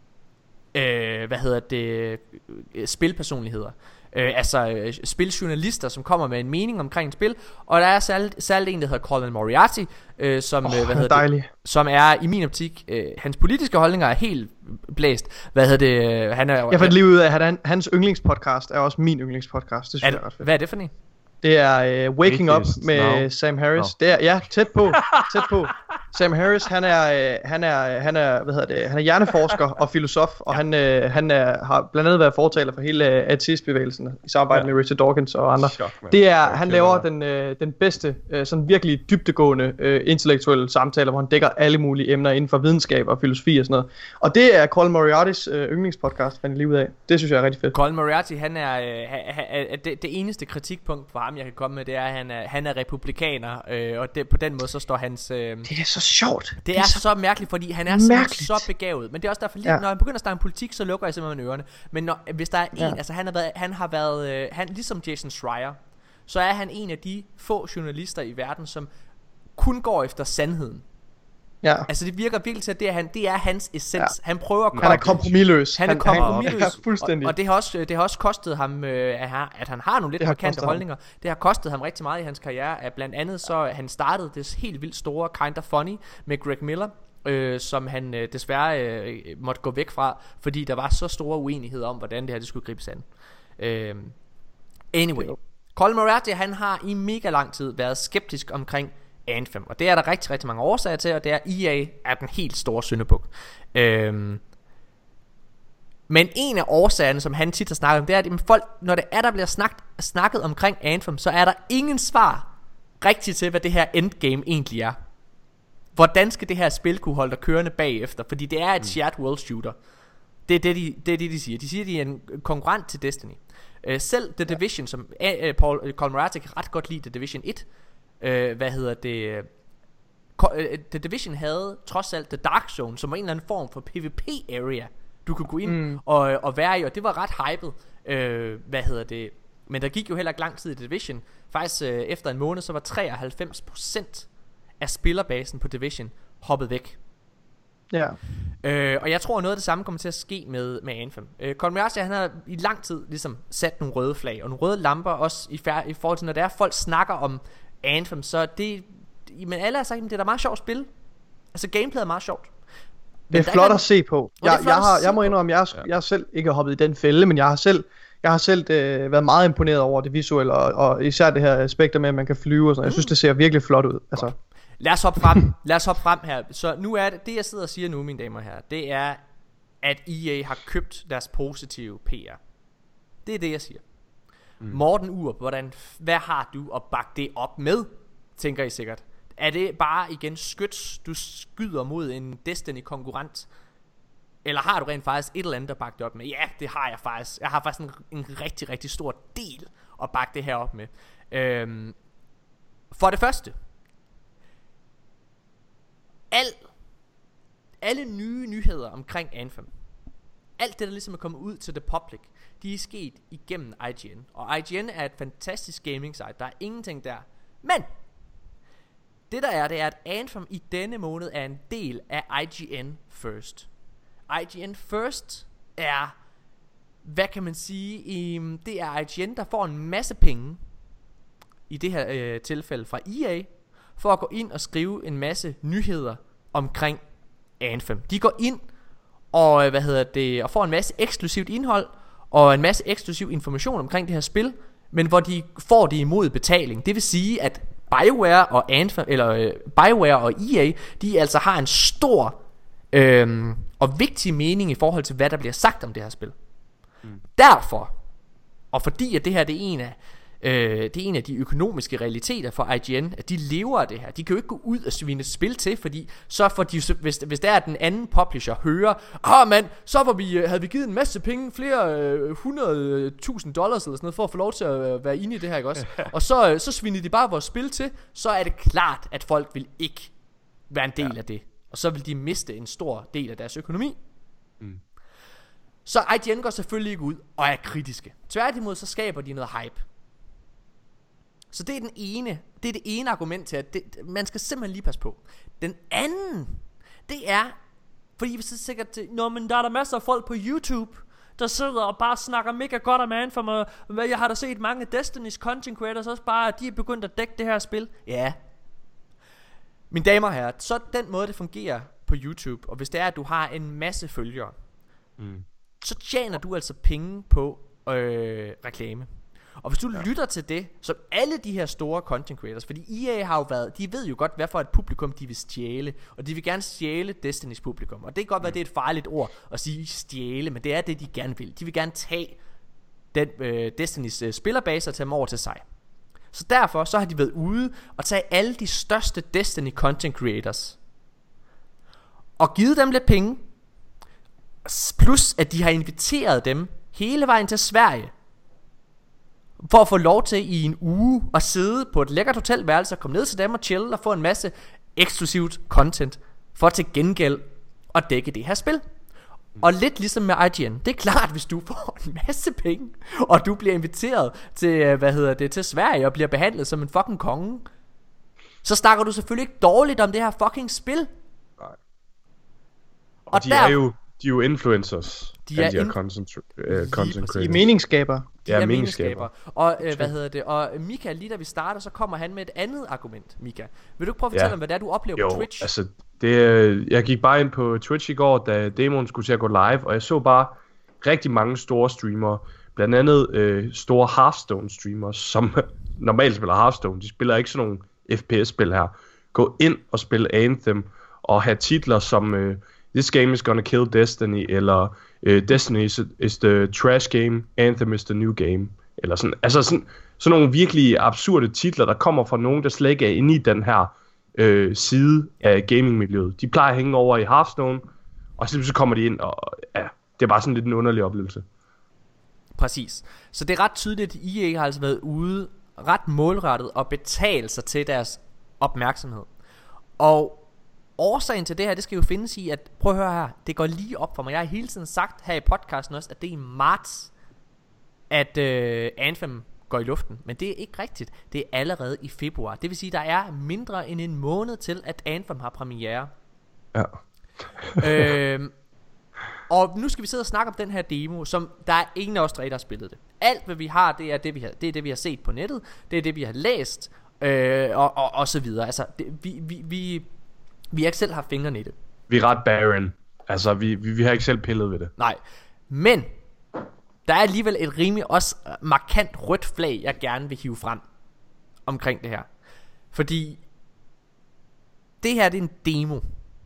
øh, hvad hedder det spilpersonligheder. Øh, altså øh, spiljournalister, som kommer med en mening omkring et spil. Og der er særligt, særligt en, der hedder Colin Moriarty, øh, som, oh, øh, hvad hedder det, som er i min optik, øh, hans politiske holdninger er helt blæst. Hvad hedder det? Øh, han er, jeg fandt lige ud af, at han, hans yndlingspodcast er også min yndlingspodcast. Det synes er, jeg er ret fedt. Hvad er det for en? Det er uh, Waking Up med no. Sam Harris. No. Det er ja, tæt på, tæt på. Sam Harris, han er uh, han er han er hvad hedder det? Han er hjerneforsker og filosof, og han uh, han er, har blandt andet været fortaler for hele uh, ateistbevægelsen i samarbejde ja. med Richard Dawkins og andre. Chok, det er han laver den uh, den bedste uh, sådan virkelig dybdegående uh, intellektuelle samtaler, hvor han dækker alle mulige emner inden for videnskab og filosofi og sådan noget. Og det er Colin Moriartys uh, yndlingspodcast, fandt jeg lige ud af. Det synes jeg er rigtig fedt. Colin Moriarty, han er uh, ha, ha, det, det eneste kritikpunkt for ham jeg kan komme med, det er at han er han er republikaner, øh, og det, på den måde så står hans øh, det er så sjovt. Det, det er, er så, så mærkeligt, fordi han er så, så begavet. Men det er også derfor, lige, ja. når han begynder at snakke politik, så lukker jeg simpelthen ørerne. Men når, hvis der er en, ja. altså han har været, han har været øh, han, ligesom Jason Schreier, så er han en af de få journalister i verden, som kun går efter sandheden. Ja. Altså det virker virkelig til, at det er, han, det er hans essens. Ja. Han prøver at komme. Han er kompromisløs. Han er kompromisløs. Han, fuldstændig. Og, og det har også det har også kostet ham øh, at han har nogle lidt markante holdninger. Ham. Det har kostet ham rigtig meget i hans karriere. At blandt andet så han startede det helt vildt store Kinda Funny med Greg Miller, øh, som han øh, desværre øh, måtte gå væk fra, fordi der var så store uenigheder om hvordan det her det skulle gribes an. Øh, anyway, Colin Moriarty, han har i mega lang tid været skeptisk omkring Anthem, og det er der rigtig, rigtig mange årsager til, og det er E A er den helt store syndebuk. Øhm, men en af årsagerne, som han tit har snakket om, det er, at folk, når det er, der bliver snakket, snakket omkring Anthem, så er der ingen svar rigtigt til, hvad det her endgame egentlig er. Hvordan skal det her spil kunne holde dig kørende bagefter? Fordi det er et mm. shared world shooter. Det er det, de, det er det, de siger. De siger, at de er en konkurrent til Destiny. Uh, selv The Division, som uh, Paul, uh, Colin Moriarty kan ret godt lide The Division et, Uh, hvad hedder det? The Division havde trods alt The Dark Zone, som var en eller anden form for PvP area, du kunne gå ind mm. og, og være i, og det var ret hyped. øh, Hvad hedder det? Men der gik jo heller ikke lang tid i The Division. Faktisk øh, efter en måned, så var treoghalvfems procent af spillerbasen på Division hoppet væk. Ja. øh, Og jeg tror noget af det samme kommer til at ske med, med Anthem. øh, Colin Moriarty, han har i lang tid ligesom sat nogle røde flag og nogle røde lamper også i, fær- i forhold til når der er folk snakker om Anthem. Så det, men alle har sagt, at det er da meget sjovt spil. Altså gameplayet er meget sjovt. Det er flot at se på. Jeg, jeg, har, jeg må indrømme, at jeg, jeg selv ikke har hoppet i den fælde, men jeg har selv Jeg har selv øh, været meget imponeret over det visuelle, og, og især det her aspekt med, at man kan flyve og sådan. Jeg synes, det ser virkelig flot ud. Altså. Lad os hoppe frem. Lad os hoppe frem her. Så nu er det, det jeg sidder og siger nu, mine damer her, det er, at E A har købt deres positive P R. Det er det, jeg siger. Mm. Morten Urup, hvordan, hvad har du at bakke det op med, tænker I sikkert. Er det bare igen skyts, du skyder mod en Destiny-konkurrent? Eller har du rent faktisk et eller andet at bakke det op med? Ja, det har jeg faktisk. Jeg har faktisk en, en rigtig, rigtig stor del at bakke det her op med. øhm, For det første, al, alle nye nyheder omkring Anthem, alt det der ligesom er kommet ud til the public, de er sket igennem I G N. Og I G N er et fantastisk gaming site. Der er ingenting der. Men det der er, det er at Anthem i denne måned er en del af I G N First. I G N First er, hvad kan man sige, um, det er I G N, der får en masse penge, i det her øh, tilfælde fra E A, for at gå ind og skrive en masse nyheder omkring Anthem. De går ind og, hvad hedder det, og får en masse eksklusivt indhold og en masse eksklusiv information omkring det her spil, men hvor de får det imod betaling. Det vil sige, at BioWare og Anthem, eller øh, BioWare og E A, de altså har en stor Øhm, og vigtig mening i forhold til hvad der bliver sagt om det her spil. mm. Derfor, og fordi at det her det er en af øh, det er en af de økonomiske realiteter for I G N, at de lever af det her. De kan jo ikke gå ud og svine et spil til, fordi så får de, hvis, hvis der er den anden publisher hører, ah mand, så var vi, havde vi givet en masse penge, flere øh, hundrede tusind dollars eller sådan noget, for at få lov til at være inde i det her, ikke også? Og så, øh, så sviner de bare vores spil til, så er det klart, at folk vil ikke være en del ja. af det. Og så vil de miste en stor del af deres økonomi. mm. Så I G N går selvfølgelig ikke ud og er kritiske. Tværtimod så skaber de noget hype. Så det er den ene. Det er det ene argument til at det, man skal simpelthen lige passe på. Den anden, det er, fordi vi så sikkert til, nå, men der er der masser af folk på YouTube, der sidder og bare snakker mega godt om Anthem, og jeg har da set mange Destiny's content creators også bare, de er begyndt at dække det her spil. Ja. Mine damer og herrer, så den måde det fungerer på YouTube, og hvis det er at du har en masse følgere, mm. så tjener du altså penge på øh, reklame. Og hvis du ja. lytter til det, som alle de her store content creators, fordi E A har jo været, de ved jo godt hvad for et publikum de vil stjæle, og de vil gerne stjæle Destiny's publikum. Og det kan godt mm. være det er et farligt ord at sige stjæle, men det er det de gerne vil. De vil gerne tage den øh, Destiny's øh, spillerbase og tage dem over til sig. Så derfor så har de været ude og tage alle de største Destiny content creators og givet dem lidt penge, plus at de har inviteret dem hele vejen til Sverige for at få lov til i en uge at sidde på et lækkert hotelværelse og komme ned til dem og chille og få en masse eksklusivt content for til gengæld at dække det her spil. Og lidt ligesom med I G N, det er klart, hvis du får en masse penge og du bliver inviteret til, hvad hedder det, til Sverige og bliver behandlet som en fucking konge, så snakker du selvfølgelig ikke dårligt om det her fucking spil. Nej. Og, og de der, er jo de er jo influencers. De er, de er in- content, uh, content de er meningsskaber. De ja, er meningsskaber. meningsskaber. Og øh, hvad hedder det? Og Mika, lige da vi starter, så kommer han med et andet argument. Mika, vil du ikke prøve at fortælle ja. om hvad det er du oplever jo, på Twitch? Altså det, jeg gik bare ind på Twitch i går, da demoen skulle til at gå live, og jeg så bare rigtig mange store streamere, blandt andet øh, store Hearthstone streamere, som normalt spiller Hearthstone. De spiller ikke sådan nogle F P S-spil her. Gå ind og spille Anthem og have titler som øh, This game is gonna kill Destiny, eller uh, Destiny is, is the trash game, Anthem is the new game, eller sådan. Altså sådan, sådan nogle virkelig absurde titler, der kommer fra nogen, der slet ikke er inde i den her øh, side af gamingmiljøet. De plejer at hænge over i Hearthstone, og så kommer de ind, og ja, det er bare sådan lidt en underlig oplevelse. Præcis. Så det er ret tydeligt, at E A har altså været ude ret målrettet og betalt sig til deres opmærksomhed. Og årsagen til det her, det skal jo findes i, at prøv at høre her, det går lige op for mig. Jeg har hele tiden sagt her i podcasten også, at det er i marts, at øh, Anthem går i luften. Men det er ikke rigtigt. Det er allerede i februar. Det vil sige, der er mindre end en måned til, at Anthem har premiere. Ja. øhm, og nu skal vi sidde og snakke om den her demo, som der er ingen af os tre, der har spillet det. Alt hvad vi har, det er det vi har, det er det vi har set på nettet. Det er det vi har læst øh, og, og, og så videre. Altså det, vi, vi, vi, vi har ikke selv haft fingrene i det. Vi er ret barren. Altså vi, vi, vi har ikke selv pillet ved det. Nej. Men der er alligevel et rimelig også markant rødt flag, jeg gerne vil hive frem omkring det her. Fordi det her, det er en demo.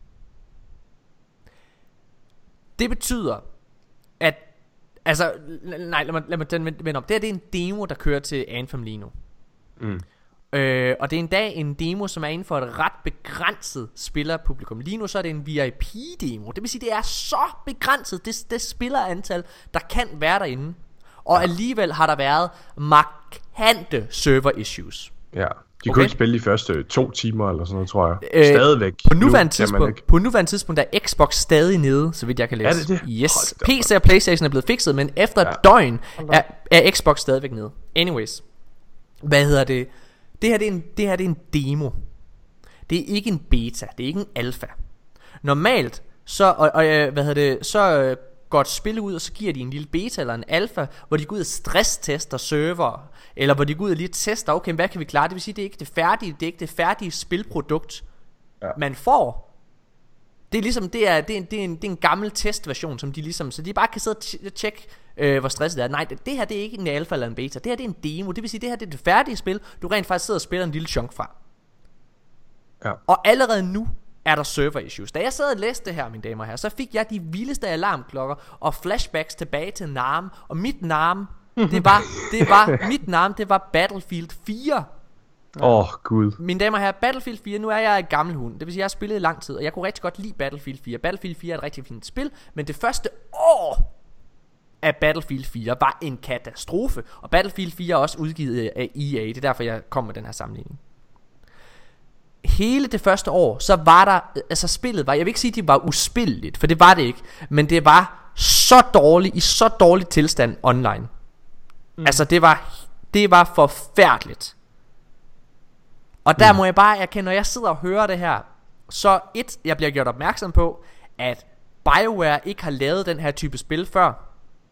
Det betyder, at altså, nej, lad mig, lad mig vende om. Det her, det er en demo, der kører til Anthem lige nu. Mm. Øh, og det er en dag en demo, som er inden for et ret begrænset spillerpublikum. Lige nu så er det en V I P-demo. Det vil sige, det er så begrænset, det, det spillerantal, der kan være derinde. Og ja. Alligevel har der været markante server issues. Ja, de okay. kunne ikke spille de første to timer eller sådan noget, tror jeg. øh, Stadigvæk. På nuværende, tidspunkt, på nuværende tidspunkt er Xbox stadig nede, så vidt jeg kan læse. Er det det? Yes, P C og PlayStation er blevet fikset, men efter ja. et døgn er, er Xbox stadigvæk nede. Anyways, hvad hedder det? Det her, det er en, det her det er en demo. Det er ikke en beta, det er ikke en alfa. Normalt så og, og, hvad hedder det, så øh, går et spil ud, og så giver de en lille beta eller en alfa, hvor de går ud og stresstester server, eller hvor de går ud og lige tester, okay, hvad kan vi klare? Det vil sige, det er ikke det færdige, det er ikke det færdige spilprodukt, ja. Man får. Det er ligesom, det er, det er, det er, en, det er en gammel testversion, som de ligesom, så de bare kan sidde og tjekke, øh, hvor stresset det er. Nej, det, det her, det er ikke en alfa eller en beta. Det her, det er en demo. Det vil sige, det her, det er det færdige spil, du rent faktisk sidder og spiller en lille chunk fra. Ja. Og allerede nu er der server issues. Da jeg sad og læste det her, mine damer og herrer, så fik jeg de vildeste alarmklokker og flashbacks tilbage til Narm. Og mit Narm, det var, det var, mit Narm, det var Battlefield fire. Åh, oh, gud. Mine damer og herrer, Battlefield fire, nu er jeg et gammel hund. Det vil sige, jeg har spillet i lang tid, og jeg kunne rigtig godt lide Battlefield fire. Battlefield fire er et rigtig fint spil, men det første år af Battlefield fire var en katastrofe. Og Battlefield fire er også udgivet af E A. Det er derfor, jeg kom med den her sammenligning. Hele det første år, så var der, altså spillet var, jeg vil ikke sige, at det var uspilleligt, for det var det ikke, men det var så dårligt, i så dårlig tilstand online. Mm. Altså det var, det var forfærdeligt. Og der mm. må jeg bare erkende, når jeg sidder og hører det her, så et, jeg bliver gjort opmærksom på, at BioWare ikke har lavet den her type spil før.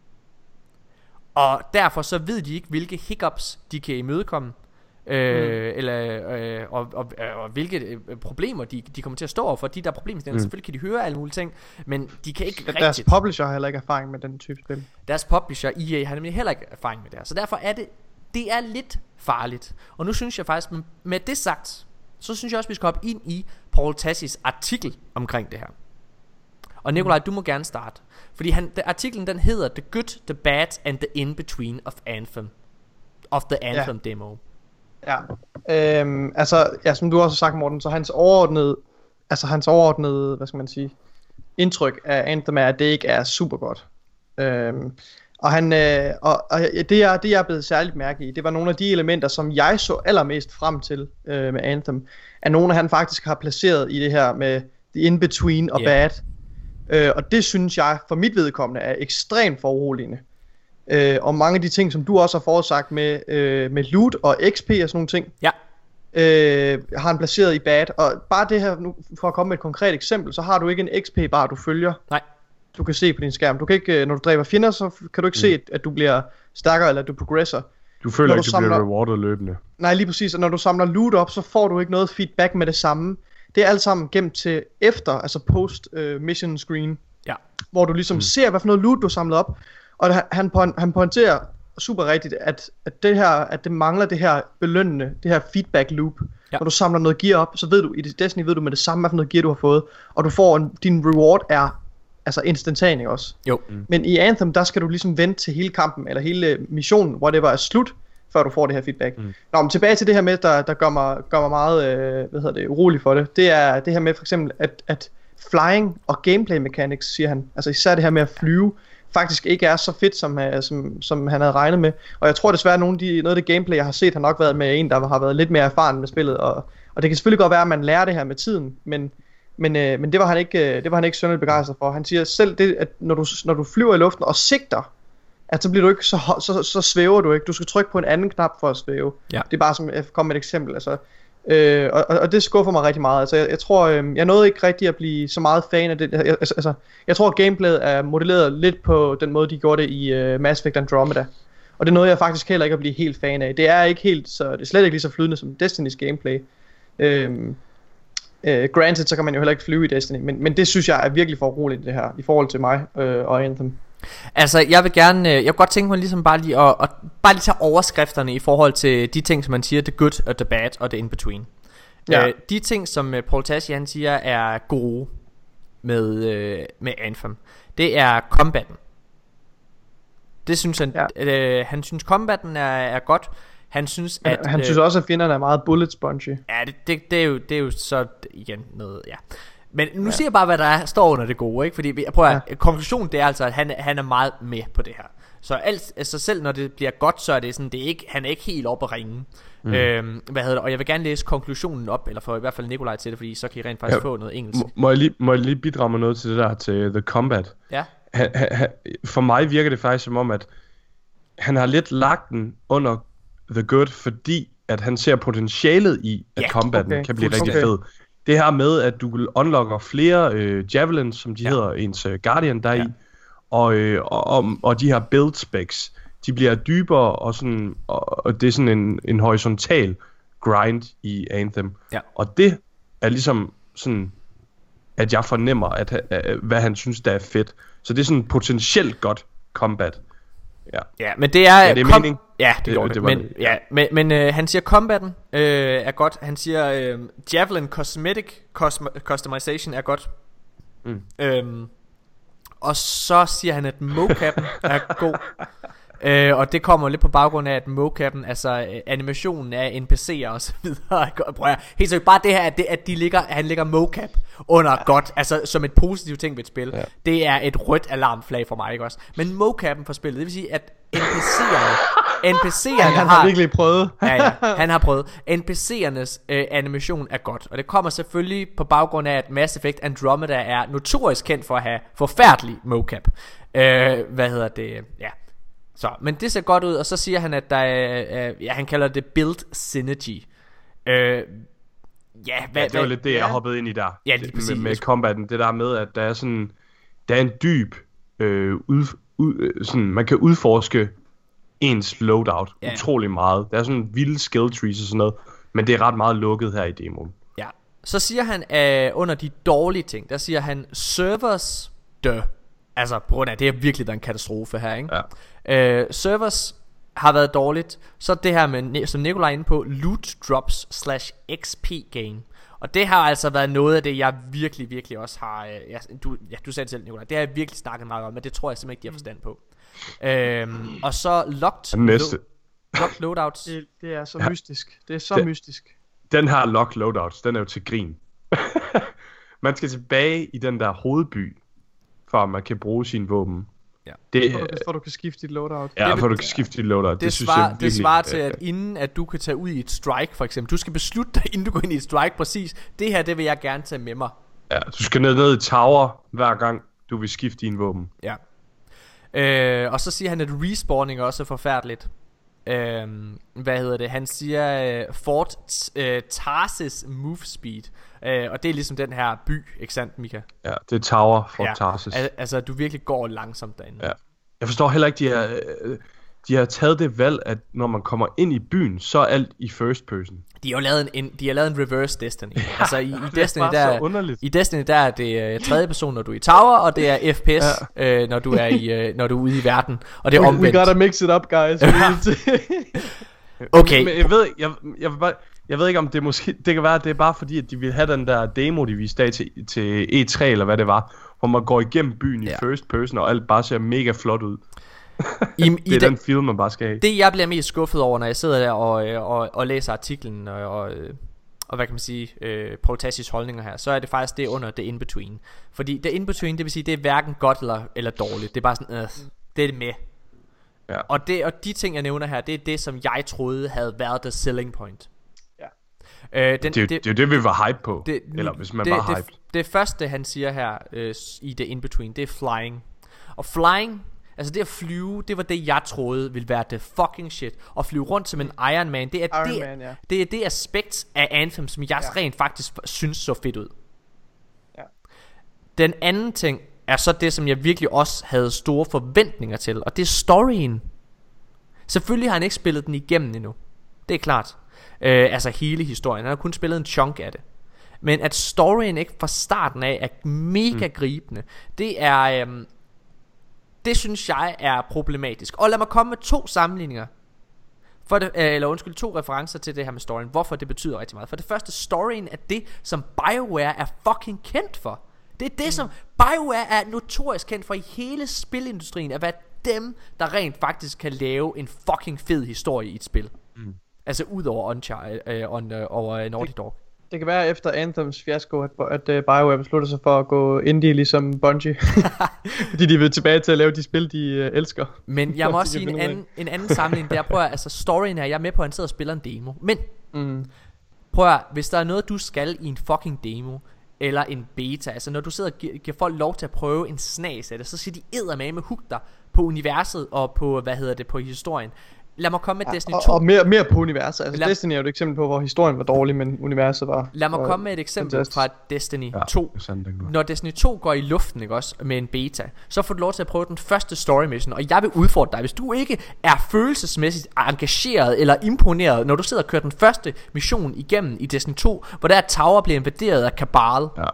Og derfor så ved de ikke, hvilke hiccups de kan imødekomme. Øh, mm. eller, øh, og, og, og, og hvilke øh, problemer de, de kommer til at stå overfor. De der problemstillinger, mm. selvfølgelig kan de høre alle mulige ting, men de kan ikke rigtigt. Deres publisher har heller ikke erfaring med den type spil. Deres publisher, E A, har nemlig heller ikke erfaring med det her. Så derfor er det, det er lidt farligt. Og nu synes jeg faktisk, med, med det sagt, så synes jeg også, vi skal hoppe ind i Paul Tassis artikel omkring det her. Og Nikolaj, mm. du må gerne starte. Fordi han, the, artiklen den hedder The Good, The Bad and The In-Between of Anthem. Of the Anthem ja. Demo. Ja, øhm, altså, ja, som du også har sagt, Morten, så hans overordnede, altså hans overordnede, hvad skal man sige, indtryk af Anthem er, at det ikke er super godt. Øhm, og han, øh, og, og det, jeg, det jeg er blevet særligt mærke i, det var nogle af de elementer, som jeg så allermest frem til øh, med Anthem, er nogle, han faktisk har placeret i det her med the in-between og yeah. bad. Øh, og det synes jeg, for mit vedkommende, er ekstremt foruroligende. Øh, og mange af de ting, som du også har forudsagt med, øh, med loot og X P og sådan nogle ting, ja. øh, har han placeret i bad. Og bare det her, nu for at komme med et konkret eksempel, så har du ikke en X P bar, du følger. Nej. Du kan se på din skærm. Du kan ikke, når du dræber fjender, så kan du ikke mm. se, at du bliver stærkere, eller at du progresser. Du føler ikke, du, du samler... bliver rewardet løbende. Nej, lige præcis. Og når du samler loot op, så får du ikke noget feedback med det samme. Det er alt sammen gemt til efter, altså post uh, mission screen. Ja. Hvor du ligesom mm. ser, hvad for noget loot du har samlet op. Og han, han pointerer super rigtigt, at, at, det her, at det mangler det her belønnende, det her feedback loop. Ja. Når du samler noget gear op, så ved du, i Destiny ved du med det samme, hvad for noget gear du har fået. Og du får, en, din reward er altså instantan også. Jo. Mm. Men i Anthem, der skal du ligesom vente til hele kampen, eller hele missionen, whatever, er slut, før du får det her feedback. Mm. Nå, men tilbage til det her med, der, der gør mig, gør mig meget øh, hvad hedder det, urolig for det. Det er det her med for eksempel, at, at flying og gameplay mechanics, siger han, altså især det her med at flyve, faktisk ikke er så fedt, som, som, som han havde regnet med. Og jeg tror desværre, at nogle af de, noget af det gameplay, jeg har set, har nok været med en, der har været lidt mere erfaren med spillet. Og, og det kan selvfølgelig godt være, at man lærer det her med tiden, men, men, øh, men det var han ikke, det var han ikke synderligt begejstret for. Han siger selv det, at når du, når du flyver i luften og sigter, at så bliver du ikke så, så, så svæver du ikke. Du skal trykke på en anden knap for at svæve. Ja. Det er bare som jeg kom med et eksempel. Altså, øh, og, og det skuffer mig rigtig meget. Altså, jeg, jeg tror, øh, jeg nåede ikke rigtig at blive så meget fan af det. Jeg, altså, jeg tror, at gameplayet er modelleret lidt på den måde, de gjorde det i uh, Mass Effect Andromeda. Og det er noget, jeg faktisk heller ikke at blive helt fan af. Det er ikke helt, så det er slet ikke lige så flydende som Destiny's gameplay. Øh, øh, granted, så kan man jo heller ikke flyve i Destiny, men, men det synes jeg er virkelig for roligt det her i forhold til mig øh, og Anthem. Altså jeg vil gerne, jeg vil godt tænke mig ligesom bare lige at, at bare lige tage overskrifterne i forhold til de ting, som man siger, the good og the bad og the in between. Ja. uh, De ting som Paul Tassi han siger er gode med, uh, med Anthem, det er combaten. Det synes han, ja. uh, han synes combaten er, er godt. Han synes at Han, han synes uh, også at fjenderne er meget bullet spongy. Ja, det, det, det, er jo, det er jo så igen noget, ja. Men nu ja. siger jeg bare, hvad der er, står under det gode, ikke? Fordi jeg prøver, ja. konklusionen det er altså, at han, han er meget med på det her. Så alt, altså selv når det bliver godt, så er det sådan, det er ikke, han er ikke helt oppe at ringe. Mm. Øhm, hvad hedder det? Og jeg vil gerne læse konklusionen op, eller for i hvert fald Nikolaj til det, fordi så kan I rent faktisk ja. få noget engelsk. Må jeg lige, må jeg lige bidrage med noget til det der, til The Combat? Ja. Han, han, for mig virker det faktisk som om, at han har lidt lagt den under The Good, fordi at han ser potentialet i, at ja. combaten okay. kan blive okay. rigtig fed. Det her med, at du unlocker flere øh, javelins, som de ja. hedder, ens øh, Guardian der ja. i, og, øh, og, og, og de her build specs, de bliver dybere, og, sådan, og, og det er sådan en, en horisontal grind i Anthem. Ja. Og det er ligesom sådan, at jeg fornemmer, at, at, hvad han synes, der er fedt. Så det er sådan potentielt godt combat. Ja. ja, men det er, ja, det er kom- mening. Ja, det, det går det. det men, det. Ja, men, men øh, han siger combaten øh, er godt. Han siger øh, Javelin Cosmetic cosm- Customization er godt. Mm. Øhm, og så siger han, at mocappen er god. Øh, og det kommer lidt på baggrund af, at mocappen, altså øh, animationen af N P C'er og så videre. Prøv at, helt så bare det her, at, det, at de ligger, han ligger mocap under ja. godt, altså som et positivt ting ved et spil. Ja. Det er et rødt alarmflag for mig, ikke også? Men mocappen for spillet, det vil sige, at N P C'erne N P C'erne han, han har, har virkelig prøvet. ja, ja, han har prøvet. N P C'ernes øh, animation er godt, og det kommer selvfølgelig på baggrund af, at Mass Effect Andromeda er notorisk kendt for at have forfærdelig mocap. Øh, hvad hedder det? Ja. Så, men det ser godt ud, og så siger han, at der er, øh, ja, han kalder det build synergy. Øh, ja, hvad, ja, det var lidt det, jeg ja. hoppede ind i der. Ja, lige præcis. Med, med combaten, det der med, at der er sådan, der er en dyb, øh, ud, ud, sådan, man kan udforske ens loadout ja. utrolig meget. Der er sådan vilde skill trees og sådan noget, men det er ret meget lukket her i demoen. Ja, så siger han, at under de dårlige ting, der siger han, servers dø. Altså, på grund af, det er virkelig en katastrofe her, ikke? Ja. Øh, servers har været dårligt. Så det her med, som Nikolaj er inde på, loot drops slash X P gain. Og det har altså været noget af det, jeg virkelig, virkelig også har... Øh, jeg, du, ja, du sagde det selv, Nikolaj. Det har jeg virkelig snakket meget om, men det tror jeg simpelthen ikke, de har forstand på. Øhm, og så locked, næste. Lo- locked loadouts. Det, det er så ja. mystisk. Det er så den, mystisk. Den her locked loadouts, den er jo til grin. Man skal tilbage i den der hovedby, for at man kan bruge sine våben. Ja. Det, for, du, for du kan skifte dit loadout. Ja, for du kan skifte dit loadout. Det, det, synes svar, jeg virkelig, det svarer til, at inden at du kan tage ud i et strike, for eksempel. Du skal beslutte dig, inden du går ind i et strike, præcis. Det her, det vil jeg gerne tage med mig. Ja, du skal ned, ned i tower, hver gang du vil skifte dine våben. Ja. Øh, og så siger han, at respawning også er forfærdeligt. Øh, hvad hedder det? Han siger uh, Fort uh, Tarsis move speed. Uh, og det er ligesom den her by, ikke sandt, Mika? Ja, det er Tower Fort ja. Tarsis. Al- altså, du virkelig går langsomt derinde. Ja. Jeg forstår heller ikke, de har, de har taget det valg, at når man kommer ind i byen, så er alt i first person. De har jo lavet en, de har lavet en reverse Destiny. Ja, altså i, i Destiny der i Destiny der er det uh, tredje person, når du er i tower, og det er F P S ja. uh, når du er i uh, når du er ude i verden, og det er omvendt. We gotta mix it up, guys. Okay. Men jeg ved jeg jeg vil bare Jeg ved ikke om det måske det kan være at det er bare fordi at de vil have den der demo de viste af til, til E tre eller hvad det var, hvor man går igennem byen i ja. first person og alt bare ser mega flot ud. I, det er i den de, film man bare skal have. Det jeg bliver mest skuffet over, når jeg sidder der og, og, og læser artiklen og, og, og hvad kan man sige, øh, Paul Tassis holdninger her, så er det faktisk det under The In-Between. Fordi The In-Between, det vil sige, det er hverken godt eller, eller dårligt. Det er bare sådan, øh, det er det med. Ja. Og, det, og de ting jeg nævner her, det er det som jeg troede havde været the selling point. Ja. øh, den, det, det, det er jo det vi var hype på. Det, eller hvis man det, var det, hype. det, det første han siger her øh, i The In-Between, det er flying. Og flying, altså det at flyve, det var det jeg troede ville være the fucking shit. At flyve rundt som en Iron Man, det er, Iron det, Man, ja. det, er det aspekt af Anthem, som jeg ja. rent faktisk synes så fedt ud. Ja. Den anden ting er så det, som jeg virkelig også havde store forventninger til, og det er storyen. Selvfølgelig har han ikke spillet den igennem endnu. Det er klart. øh, Altså hele historien. Han har kun spillet en chunk af det. Men at storyen ikke fra starten af er mega mm. gribende, det er øhm, det synes jeg er problematisk. Og lad mig komme med to sammenligninger for det, Eller undskyld, to referencer til det her med storyen. Hvorfor det betyder rigtig meget. For det første, storyen er det som BioWare er fucking kendt for. Det er det mm. som BioWare er notorisk kendt for i hele spilindustrien. At være dem der rent faktisk kan lave en fucking fed historie i et spil. mm. Altså ud over Uncharted, øh, on, øh, over Naughty Dog. Det kan være efter Anthems fiasko, at, at uh, BioWare beslutter sig for at gå indie ligesom Bungie. Fordi de vil tilbage til at lave de spil, de uh, elsker. Men jeg må også sige en anden, en anden sammenligning. Der prøver altså storyen her, jeg er med på at han sidder og spiller en demo. Men mm. prøv at, hvis der er noget du skal i en fucking demo eller en beta, altså når du sidder og giver, giver folk lov til at prøve en snas af det, så siger de eddermame hug dig på universet og på, hvad hedder det, på historien. Lad mig komme med ja, Destiny to. Og, og mere, mere på universet. Altså lad, Destiny er jo et eksempel på, hvor historien var dårlig, men universet var... Lad mig var komme med et eksempel fantastisk. Fra Destiny ja, to. Når Destiny to går i luften, ikke også, med en beta, så får du lov til at prøve den første story mission. Og jeg vil udfordre dig, hvis du ikke er følelsesmæssigt engageret eller imponeret, når du sidder og kører den første mission igennem i Destiny to, hvor der Tower bliver invaderet af Cabal. Ja.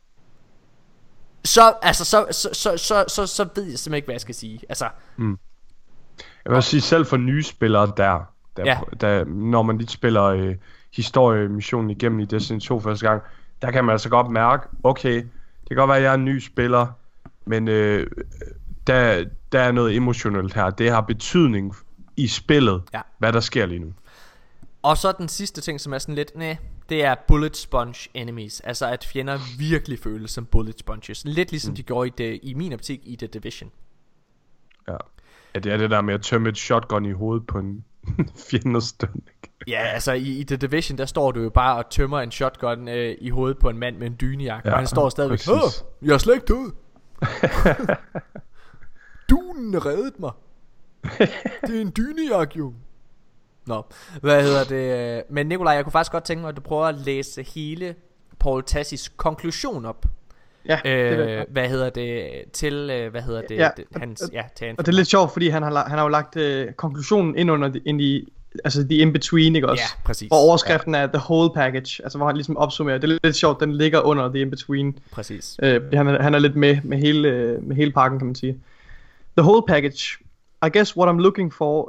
Så, altså, så, så, så, så, så, så ved jeg simpelthen ikke, hvad jeg skal sige. Altså... Mm. Jeg vil sige, selv for nye spillere der, der, ja. der når man lige spiller øh, historiemissionen igennem i Destiny to første gang, der kan man altså godt mærke, okay, det kan godt være, at jeg er en ny spiller, men øh, der, der er noget emotionelt her. Det har betydning i spillet, ja. Hvad der sker lige nu. Og så den sidste ting, som er sådan lidt, næh, det er bullet sponge enemies. Altså at fjender virkelig føles som bullet sponges. Lidt ligesom mm. de gjorde i, det, i min optik i The Division. Ja. Ja, det er det der med at tømme et shotgun i hovedet på en fjenderstund. Ja, altså i, i The Division, der står du jo bare og tømmer en shotgun øh, i hovedet på en mand med en dynejakke. Ja, og han står stadigvæk, åh, jeg er slet ikke død. Dunen reddede mig. Det er en dynejakke jo. Nå, hvad hedder det? Men Nikolaj, jeg kunne faktisk godt tænke mig, at du prøver at læse hele Paul Tassis konklusion op. Ja, øh, det hvad hedder det til øh, hvad hedder det, ja, det hans ja til og det er lidt sjovt, fordi han har han har jo lagt øh, konklusionen ind under ind i altså the in between, ikke også? Ja, præcis. Hvor overskriften ja. er the whole package, altså hvor han ligesom opsummerer. Det er lidt sjovt, den ligger under the in between. Præcis. Øh, han er, han er lidt med med hele med hele pakken, kan man sige. The whole package. I guess what I'm looking for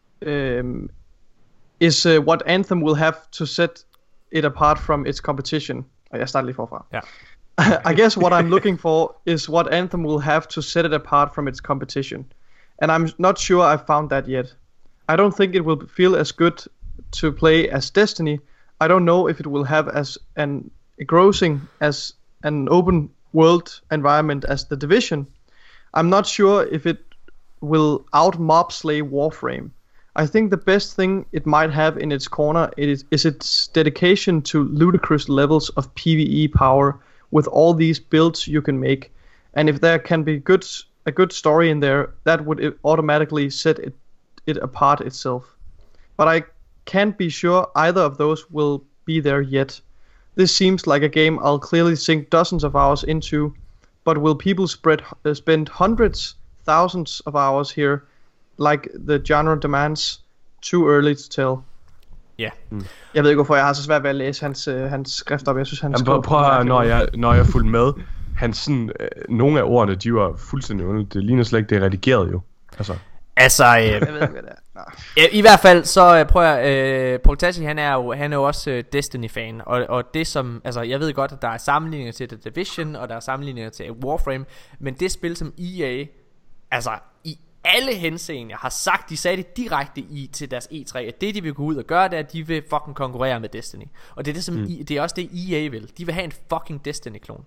um, is uh, what Anthem will have to set it apart from its competition. Og jeg starter lige forfra. Ja. I guess what I'm looking for is what Anthem will have to set it apart from its competition. And I'm not sure I've found that yet. I don't think it will feel as good to play as Destiny. I don't know if it will have as an engrossing as an open world environment as The Division. I'm not sure if it will out-mob slay Warframe. I think the best thing it might have in its corner is, is its dedication to ludicrous levels of PvE power with all these builds you can make, and if there can be good a good story in there, that would automatically set it it apart itself. But I can't be sure either of those will be there yet. This seems like a game I'll clearly sink dozens of hours into, but will people spread uh, spend hundreds, thousands of hours here, like the genre demands? Too early to tell. Ja. Yeah. Mm. Jeg ved ikke hvorfor jeg har så svært ved at læse hans øh, hans skrift op. Jeg synes han skriver. Prøv at når jeg når jeg fulgte med, han sådan øh, nogle af ordene de var fuldstændig underligt. Det ligner slet ikke det er redigeret jo. Altså. Altså øh, jeg ved ikke hvad det er. I, I hvert fald så øh, prøver jeg øh, Paul Tassi, han er jo han er jo også øh, Destiny fan, og og det som altså jeg ved godt at der er sammenligninger til The Division og der er sammenligninger til Warframe, men det spil som E A altså i alle henseender har sagt, de sagde det direkte i til deres E tre, at det de vil gå ud og gøre, det er, at de vil fucking konkurrere med Destiny. Og det er, det, som mm. I, det er også det E A vil. De vil have en fucking Destiny-klon.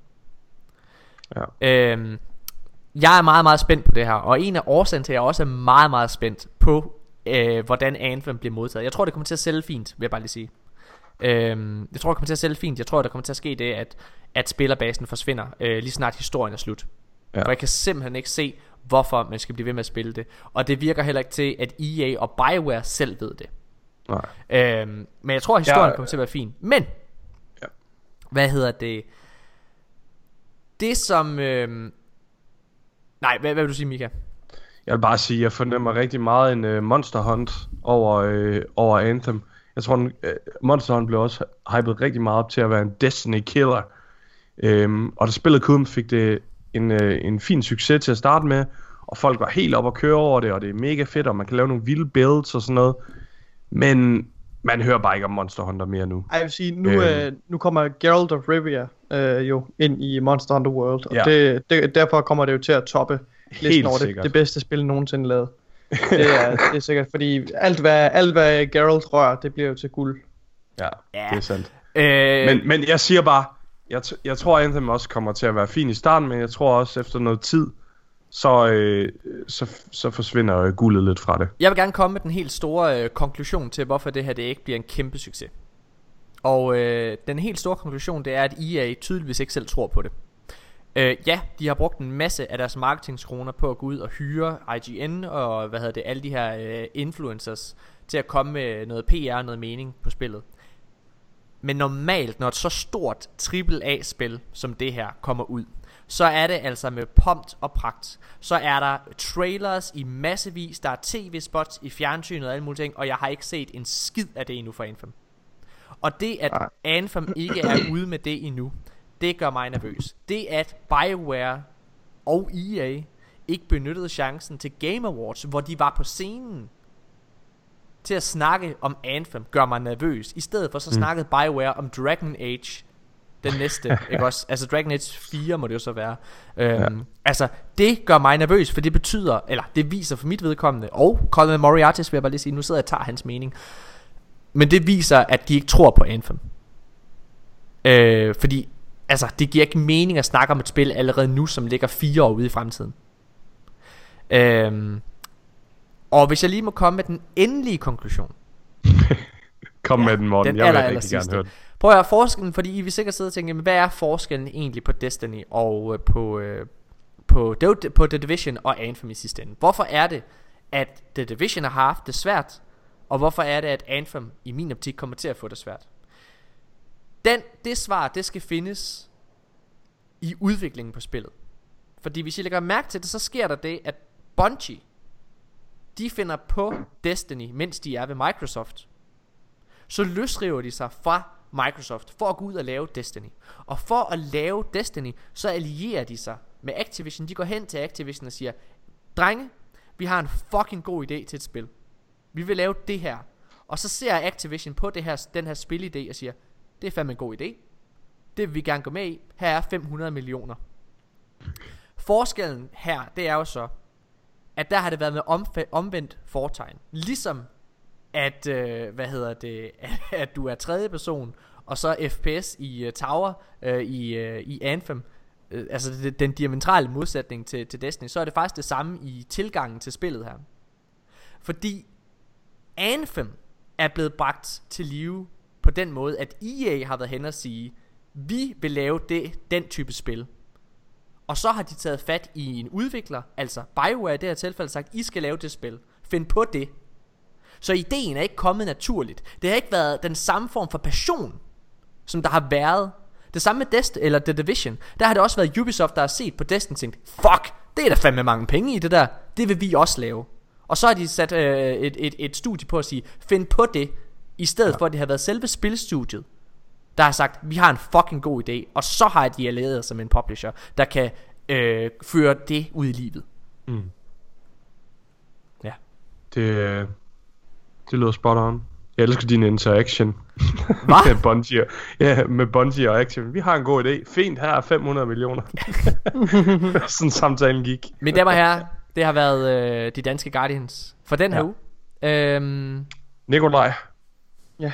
Ja. Øhm, jeg er meget, meget spændt på det her. Og en af årsagen til, at jeg også er meget, meget spændt på, øh, hvordan Anthem bliver modtaget. Jeg tror, det kommer til at sælge fint, vil jeg bare lige sige. øhm, Jeg tror, det kommer til at sælge fint. Jeg tror, der kommer til at ske det, at, at spillerbasen forsvinder, øh, lige snart historien er slut. Ja. For jeg kan simpelthen ikke se, hvorfor man skal blive ved med at spille det. Og det virker heller ikke til, at E A og BioWare selv ved det. Nej. øhm, Men jeg tror, at historien ja, kommer til at være fin. Men ja. Hvad hedder det? Det som øh... Nej, hvad, hvad vil du sige, Mika? Jeg vil bare sige, at jeg fornemmer rigtig meget en uh, Monster Hunt over, uh, over Anthem. Jeg tror, uh, Monster Hunt blev også hypet rigtig meget op til at være en Destiny killer. um, Og da spillet kom, fik det en, uh, en fin succes til at starte med. Og folk var helt op at køre over det, og det er mega fedt, og man kan lave nogle vilde builds og sådan noget. Men man hører bare ikke om Monster Hunter mere nu. Ej, jeg vil sige, nu, øhm. øh, nu kommer Geralt of Rivia øh, jo ind i Monster Hunter World. Og ja. det, det, derfor kommer det jo til at toppe listen over det, det bedste spil nogensinde lavet. Det er, det er sikkert, fordi alt hvad, alt hvad Geralt rører, det bliver jo til guld. Ja, ja. Det er sandt. Øh... Men, men jeg siger bare, jeg, t- jeg tror Anthem også kommer til at være fin i starten, men jeg tror også efter noget tid, Så, øh, så, så forsvinder øh, guldet lidt fra det. Jeg vil gerne komme med den helt store øh, konklusion til, hvorfor det her det ikke bliver en kæmpe succes. Og øh, den helt store konklusion, det er, at E A tydeligvis ikke selv tror på det. øh, Ja, de har brugt en masse af deres marketingskroner på at gå ud og hyre I G N og hvad hedder det, alle de her øh, influencers til at komme med noget P R og noget mening på spillet. Men normalt, når et så stort triple A-spil som det her kommer ud, så er det altså med pomp og pragt. Så er der trailers i massevis, der er tv-spots i fjernsynet og alle mulige ting, og jeg har ikke set en skid af det endnu for Anthem. Og det at Anthem ikke er ude med det endnu, det gør mig nervøs. Det at BioWare og E A ikke benyttede chancen til Game Awards, hvor de var på scenen til at snakke om Anthem, gør mig nervøs. I stedet for så mm. snakkede BioWare om Dragon Age, den næste, ikke også? Altså Dragon Age fire må det jo så være. øhm, ja. Altså det gør mig nervøs, for det betyder, eller det viser for mit vedkommende, og Colin Moriarty vil jeg bare lige sige, nu sidder jeg og tager hans mening, men det viser, at de ikke tror på Anthem. øh, Fordi altså det giver ikke mening at snakke om et spil allerede nu, som ligger fire år ude i fremtiden. øhm, Og hvis jeg lige må komme med den endelige konklusion. Kom ja, med den, Morten. Jeg vil rigtig sidste. gerne høre den. Prøv at høre forskellen, fordi I vil sikkert sidde og tænke, hvad er forskellen egentlig på Destiny og øh, på, øh, på, på The Division og Anthem i sidste ende? Hvorfor er det, at The Division har haft det svært, og hvorfor er det, at Anthem i min optik kommer til at få det svært? Den, det svar, det skal findes i udviklingen på spillet. Fordi hvis I lægger mærke til det, så sker der det, at Bungie, de finder på Destiny, mens de er ved Microsoft. Så løsriver de sig fra Microsoft for at gå ud og lave Destiny. Og for at lave Destiny, så allierer de sig med Activision. De går hen til Activision og siger, drenge, vi har en fucking god idé til et spil. Vi vil lave det her. Og så ser Activision på det her, den her spilidé og siger, det er fandme en god idé. Det vil vi gerne gå med i. Her er fem hundrede millioner. Forskellen her, det er jo så, at der har det været med omf- omvendt fortegn. Ligesom at, øh, hvad hedder det, at du er tredje person, og så F P S i uh, Tower, uh, i, uh, i Anthem, uh, altså det, den diametrale modsætning til, til Destiny, så er det faktisk det samme i tilgangen til spillet her. Fordi Anthem er blevet bragt til live på den måde, at E A har været hen og sige, vi vil lave det, den type spil. Og så har de taget fat i en udvikler, altså BioWare i det her tilfælde, sagt, I skal lave det spil. Find på det. Så ideen er ikke kommet naturligt. Det har ikke været den samme form for passion, som der har været. Det samme med Dest eller The Division. Der har det også været Ubisoft, der har set på Destiny og tænkt, fuck, det er da fandme mange penge i det der. Det vil vi også lave. Og så har de sat øh, et, et, et studie på at sige, find på det, i stedet ja. for at det har været selve spilstudiet, der har sagt, vi har en fucking god idé. Og så har de allieret som en publisher, der kan øh, føre det ud i livet. Mm. Ja. Det, det lyder spot on. Jeg elsker din interaction. Hvad? med Bungie. Ja, med Bungie og Action. Vi har en god idé. Fint, her er fem hundrede millioner. Sådan samtalen gik. Mine damer og herrer, Det har været øh, de danske Guardians for den her Ja. uge. Øhm, Nikolaj, Ja.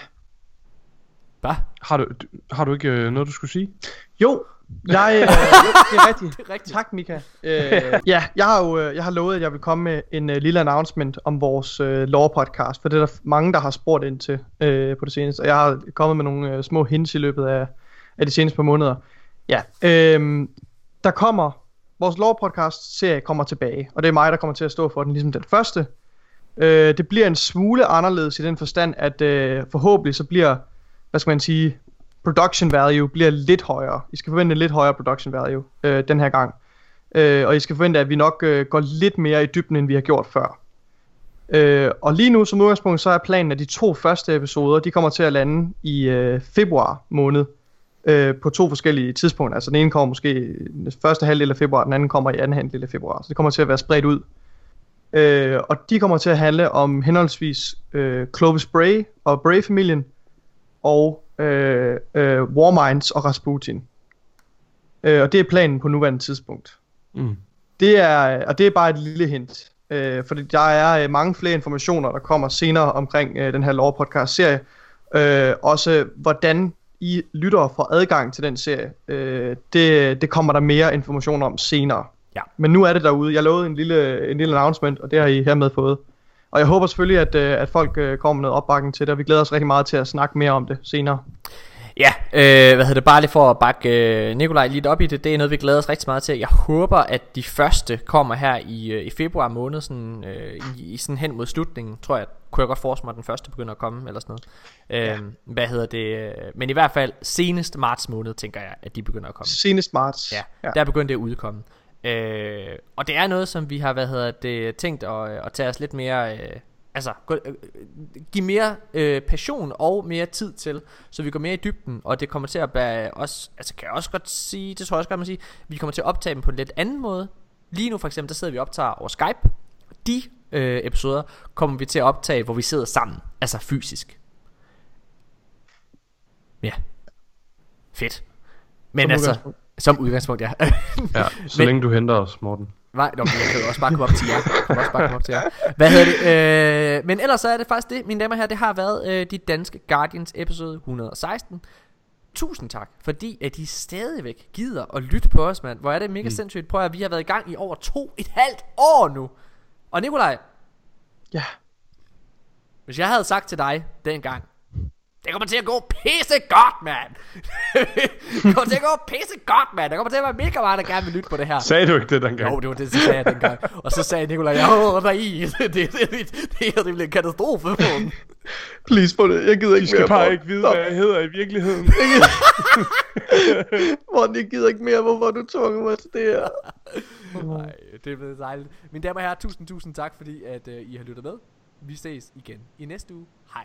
Hvad? har du, har du ikke øh, noget, du skulle sige? Jo, jeg, øh, jo, det er rigtigt. Det er rigtigt. Tak, Mika. Øh, ja, jeg har jo øh, jeg har lovet, at jeg vil komme med en øh, lille announcement om vores øh, lore podcast, for det er der mange, der har spurgt ind til øh, på det seneste, og jeg har kommet med nogle øh, små hints i løbet af, af de seneste par måneder. Ja, øh, der kommer, vores lore podcast serie kommer tilbage, og det er mig, der kommer til at stå for den, ligesom den første. Øh, det bliver en smule anderledes i den forstand, at øh, forhåbentlig så bliver, hvad skal man sige, production value bliver lidt højere. I skal forvente lidt højere production value øh, den her gang. Øh, og I skal forvente, at vi nok øh, går lidt mere i dybden, end vi har gjort før. Øh, og lige nu, som udgangspunkt, så er planen, at de to første episoder, de kommer til at lande i øh, februar måned. Øh, på to forskellige tidspunkter. Altså den ene kommer måske i første halvdel af februar, den anden kommer i anden halvdel af februar. Så det kommer til at være spredt ud. Øh, og de kommer til at handle om henholdsvis øh, Clovis Bray og Bray-familien, og øh, øh, Warminds og Rasputin. Øh, og det er planen på nuværende tidspunkt. Mm. Det er, og det er bare et lille hint. Øh, fordi der er øh, mange flere informationer, der kommer senere omkring øh, den her lore podcast serie. Øh, også hvordan I lyttere får adgang til den serie. Øh, det, det kommer der mere information om senere. Ja. Men nu er det derude. Jeg lovede en lille, en lille announcement, og det har I hermed fået. Og jeg håber selvfølgelig, at, øh, at folk øh, kommer med noget opbakning til det, og vi glæder os rigtig meget til at snakke mere om det senere. Ja, øh, hvad hedder det, bare lige for at bakke øh, Nikolaj lidt op i det. Det er noget, vi glæder os rigtig meget til. Jeg håber, at de første kommer her i, øh, i februar måned, sådan, øh, i, i sådan hen mod slutningen. Tror jeg, kunne jeg godt forestille mig, at den første begynder at komme, eller sådan noget. Øh, ja. Hvad hedder det? Men i hvert fald senest marts måned, tænker jeg, at de begynder at komme. Senest marts. Ja, ja. Der begynder det at udkomme. Øh, og det er noget, som vi har, hvad hedder det, tænkt at, at tage os lidt mere... Øh, Altså øh, give mere øh, passion og mere tid til, så vi går mere i dybden. Og det kommer til at være også, altså kan jeg også godt sige, det tror jeg også godt man sige, vi kommer til at optage dem på en lidt anden måde. Lige nu for eksempel, der sidder vi og optager over Skype. De øh, episoder kommer vi til at optage, hvor vi sidder sammen, altså fysisk. Ja. Fedt. Men Som altså udgangspunkt. Som udgangspunkt, ja. Ja, så Men- længe du henter os, Morten. Nej, nå, men jeg kan jo også bare komme op til jer. Jeg kan også bare komme op til jer. Hvad hedder det? Øh, men ellers så er det faktisk det, mine damer og herrer. Det har været øh, de danske Guardians episode et hundrede og seksten. Tusind tak, fordi at I stadigvæk gider at lytte på os, mand. Hvor er det mega mm. sindssygt. Prøv at vi har været i gang i over to et halvt år nu. Og Nikolaj, Ja. hvis jeg havde sagt til dig dengang, det kommer til at gå pisse godt, mand. Det kommer til at gå pisse godt, mand. Der kommer til at være mega meget, der gerne vil lytte på det her. Sagde du ikke det dengang? Jo, det var det, så sagde jeg dengang. Og så sagde Nikolaj, jeg håber i. Det, det, det, det, det, det bliver en katastrofe for dem. Please, på det. Jeg gider I ikke skal mere. bare Morten. ikke vide, hvad jeg hedder i virkeligheden. Morten, jeg gider ikke mere. Hvorfor har du tvunget mig til det her? Nej, det er blevet dejligt. Mine damer og herrer, tusind, tusind tak, fordi at, uh, I har lyttet med. Vi ses igen i næste uge. Hej.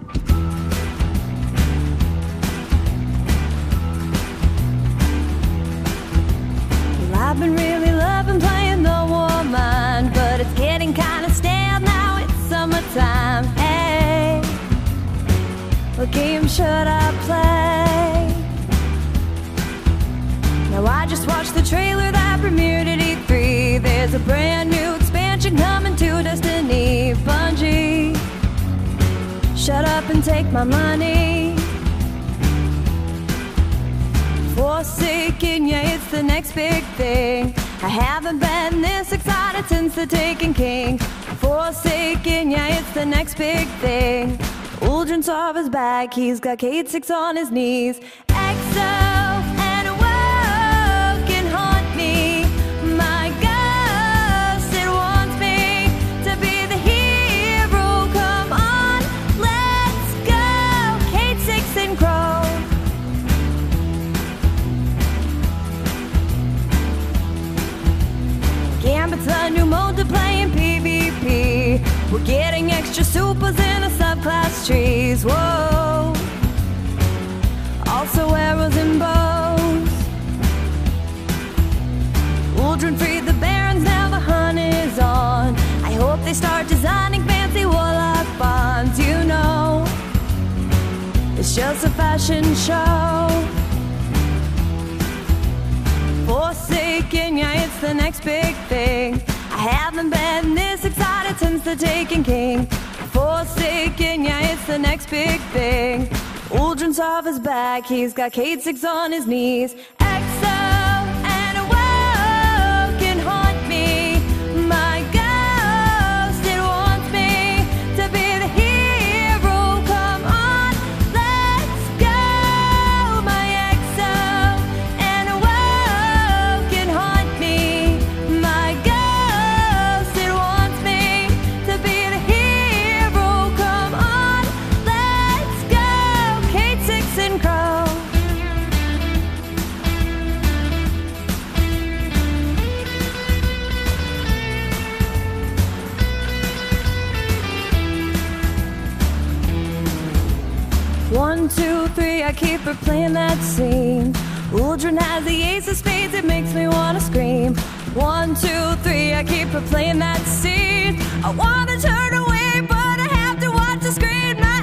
Well, I've been really loving playing the woman, but it's getting kinda stale now, it's summertime. Hey, what game should I play? Now I just watched the trailer that premiered at E three. There's a brand new expansion coming to Destiny. Bungie, shut up and take my money. Forsaken, yeah, it's the next big thing. I haven't been this excited since the Taken King. Forsaken, yeah, it's the next big thing. Uldren Sarva's back, he's got Cade Six on his knees. Exo and woe can haunt me. My ghost, it wants me to be the hero. Come on, let's go. Cade Six and Crow. Gambit's a new mode to play in PvP. We're getting extra supers in the subclass trees. Whoa. Also arrows and bows. Uldren freed the barons, now the hunt is on. I hope they start designing fancy warlock bonds. You know, it's just a fashion show. Forsaken, yeah, it's the next big thing. I haven't been this excited since the Taken King. Forsaken, yeah, it's the next big thing. Uldren's off his back, he's got Cade Six on his knees. Exo and a woe can haunt me. My ghost, it wants me to be the hero. Come on, let's go. My exo and a woe can haunt me. My ghost, it wants me to be the hero. Come on, let's go. Cade Six and Crow. One, two, three, I keep replaying that scene. Uldren has the ace of spades, it makes me wanna scream. One, two, three, I keep replaying that scene. I wanna turn away, but I have to watch the screen. My